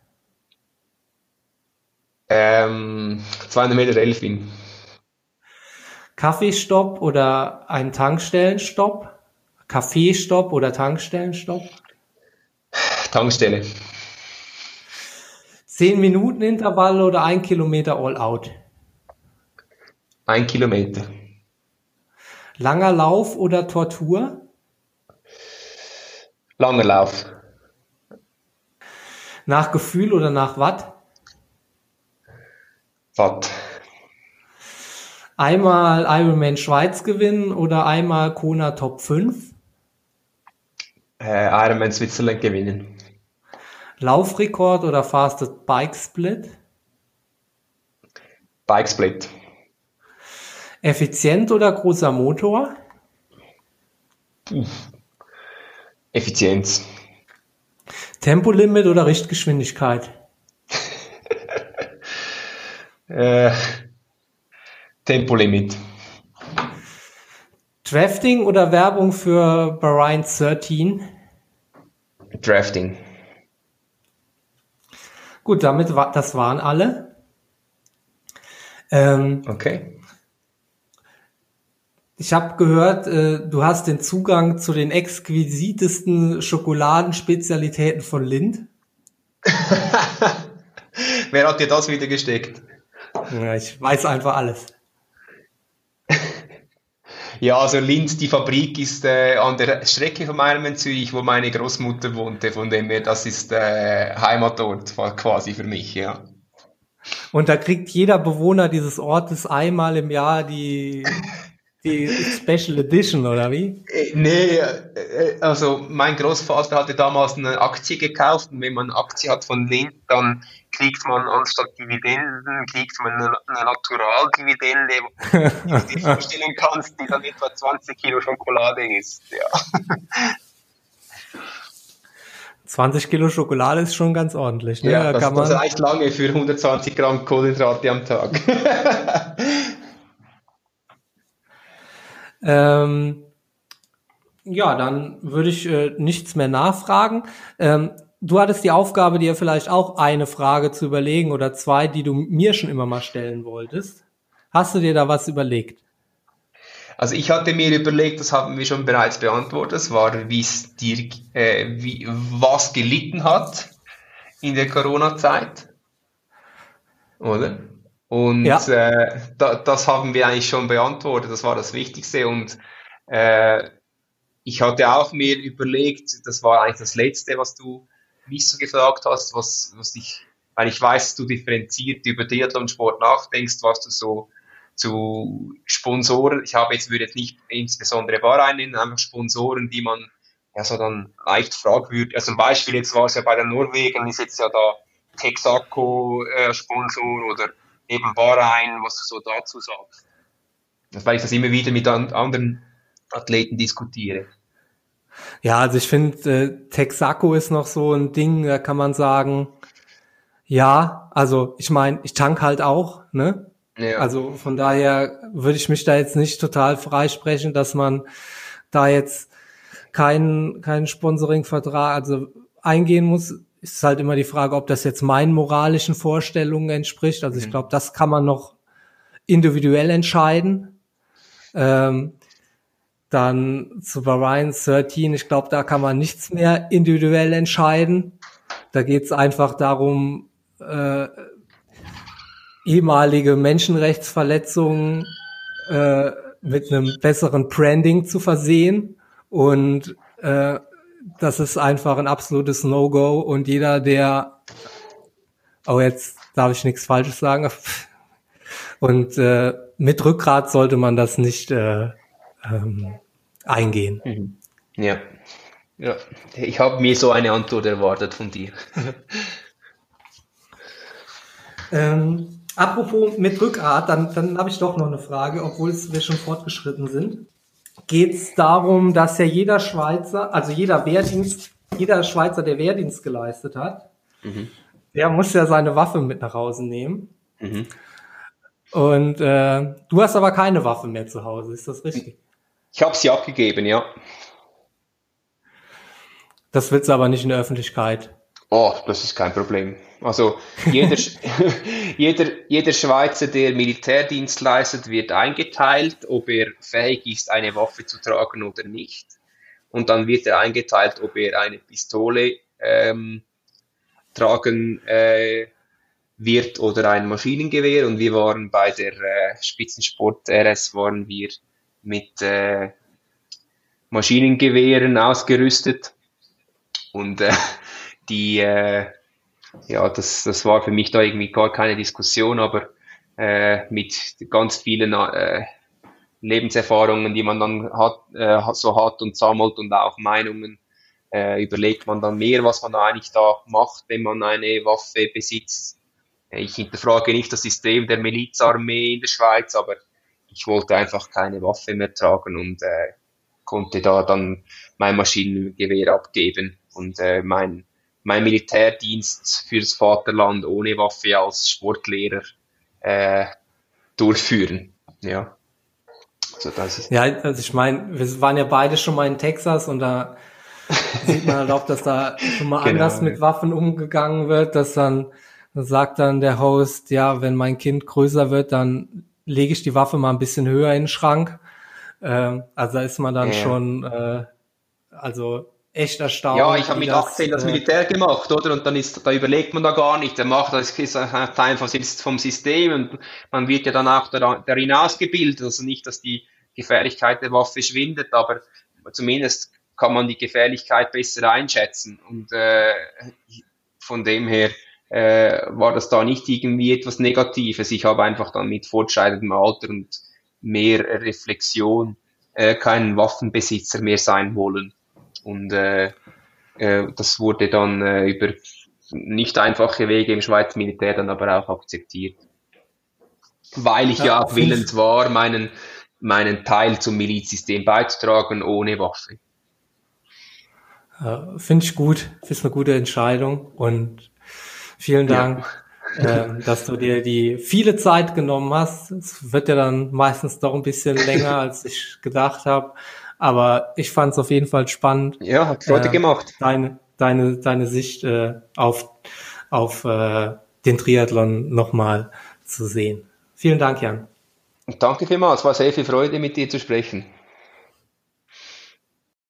200 Meter Delfin. Kaffeestopp oder ein Tankstellenstopp? Kaffeestopp oder Tankstellenstopp? Tankstelle. 10 Minuten Intervalle oder 1 Kilometer All-Out? 1 Kilometer. Langer Lauf oder Tortur? Langer Lauf. Nach Gefühl oder nach Watt? Watt. Einmal Ironman Schweiz gewinnen oder einmal Kona Top 5? Ironman Switzerland gewinnen. Laufrekord oder Fastest Bike Split? Bike Split. Effizient oder großer Motor? Effizienz. Tempolimit oder Richtgeschwindigkeit? Äh, Tempolimit. Drafting oder Werbung für Bahrain 13? Drafting. Gut, das waren alle. Okay. Ich habe gehört, du hast den Zugang zu den exquisitesten Schokoladenspezialitäten von Lindt. Wer hat dir das wieder gesteckt? Ja, ich weiß einfach alles. Ja, also Linz, die Fabrik ist an der Strecke von meinem Zürich, wo meine Großmutter wohnte. Von dem her, das ist Heimatort quasi für mich, ja. Und da kriegt jeder Bewohner dieses Ortes einmal im Jahr die Special Edition, oder wie? Nee, also mein Großvater hatte damals eine Aktie gekauft und wenn man eine Aktie hat von Lindt, dann kriegt man anstatt Dividenden, kriegt man eine Naturaldividende, die du dir vorstellen kannst, die dann etwa 20 Kilo Schokolade ist. Ja, 20 Kilo Schokolade ist schon ganz ordentlich. Ne? ja, Da kann das man, reicht lange für 120 Gramm Kohlenhydrate am Tag. ja, dann würde ich nichts mehr nachfragen. Du hattest die Aufgabe, dir vielleicht auch eine Frage zu überlegen oder zwei, die du mir schon immer mal stellen wolltest. Hast du dir da was überlegt? Also ich hatte mir überlegt, das haben wir schon bereits beantwortet, das war, was gelitten hat in der Corona-Zeit, oder? Und Ja. das haben wir eigentlich schon beantwortet, das war das Wichtigste. Und äh, ich hatte auch mir überlegt, das war eigentlich das Letzte, was du mich so gefragt hast, was dich, weil ich weiß, dass du differenziert über Triathlonsport nachdenkst, was du so zu Sponsoren, würde jetzt nicht insbesondere Bahrain nennen, einfach Sponsoren, die man ja so dann leicht fragwürdig, also ein Beispiel jetzt war es ja bei den Norwegern, ist jetzt ja da Texaco Sponsor oder eben Bahrain, was du so dazu sagst. Weil ich das immer wieder mit anderen Athleten diskutiere. Ja, also ich finde, Texaco ist noch so ein Ding, da kann man sagen, ja, also ich meine, ich tank halt auch, ne? Ja. Also von daher würde ich mich da jetzt nicht total freisprechen, dass man da jetzt keinen Sponsoring-Vertrag also eingehen muss. Ist halt immer die Frage, ob das jetzt meinen moralischen Vorstellungen entspricht. Also ich glaube, das kann man noch individuell entscheiden. Dann zu Bahrain 13, ich glaube, da kann man nichts mehr individuell entscheiden. Da geht es einfach darum, ehemalige Menschenrechtsverletzungen mit einem besseren Branding zu versehen. Und das ist einfach ein absolutes No-Go. Und jeder, der, oh, jetzt darf ich nichts Falsches sagen, und mit Rückgrat sollte man das nicht eingehen. Ja. Ja. Ich habe mir so eine Antwort erwartet von dir. Apropos mit Rückgrat, dann habe ich doch noch eine Frage, obwohl wir schon fortgeschritten sind. Geht es darum, dass ja jeder Schweizer, also jeder Wehrdienst jeder Schweizer, der Wehrdienst geleistet hat, Mhm. der muss ja seine Waffe mit nach Hause nehmen. Mhm. Und du hast aber keine Waffe mehr zu Hause, ist das richtig? Ich habe sie abgegeben, ja. Das willst du aber nicht in der Öffentlichkeit. Oh, das ist kein Problem. Also jeder, jeder Schweizer, der Militärdienst leistet, wird eingeteilt, ob er fähig ist, eine Waffe zu tragen oder nicht. Und dann wird er eingeteilt, ob er eine Pistole tragen wird oder ein Maschinengewehr. Und wir waren bei der Spitzensport RS waren wir mit Maschinengewehren ausgerüstet. Und die, ja, das war für mich da irgendwie gar keine Diskussion, aber mit ganz vielen Lebenserfahrungen, die man dann hat und sammelt und auch Meinungen, überlegt man dann mehr, was man eigentlich da macht, wenn man eine Waffe besitzt. Ich hinterfrage nicht das System der Milizarmee in der Schweiz, aber ich wollte einfach keine Waffe mehr tragen und konnte da dann mein Maschinengewehr abgeben und mein Militärdienst fürs Vaterland ohne Waffe als Sportlehrer durchführen. Ja, so das ist. Ja, also ich meine, wir waren ja beide schon mal in Texas und da sieht man halt auch, dass da schon mal Genau, anders mit Waffen umgegangen wird, dass dann sagt dann der Host, ja, wenn mein Kind größer wird, dann lege ich die Waffe mal ein bisschen höher in den Schrank. Also da ist man dann schon also echt erstaunt. Ja, ich habe mit 18 das Militär gemacht, oder? Und da überlegt man da gar nicht. Das ist ein Teil vom System und man wird ja dann auch darin ausgebildet. Also nicht, dass die Gefährlichkeit der Waffe schwindet, aber zumindest kann man die Gefährlichkeit besser einschätzen. Und von dem her war das da nicht irgendwie etwas Negatives. Ich habe einfach dann mit fortschreitendem Alter und mehr Reflexion kein Waffenbesitzer mehr sein wollen. Und das wurde dann über nicht einfache Wege im Schweizer Militär dann aber auch akzeptiert. Weil ich ja auch willens war, meinen Teil zum Milizsystem beizutragen ohne Waffe. Finde ich gut, ist eine gute Entscheidung und vielen Dank, dass du dir die viele Zeit genommen hast. Es wird ja dann meistens doch ein bisschen länger, als ich gedacht habe. Aber ich fand es auf jeden Fall spannend. Ja, hat Freude gemacht. Deine Sicht auf den Triathlon nochmal zu sehen. Vielen Dank, Jan. Und danke vielmals, es war sehr viel Freude, mit dir zu sprechen.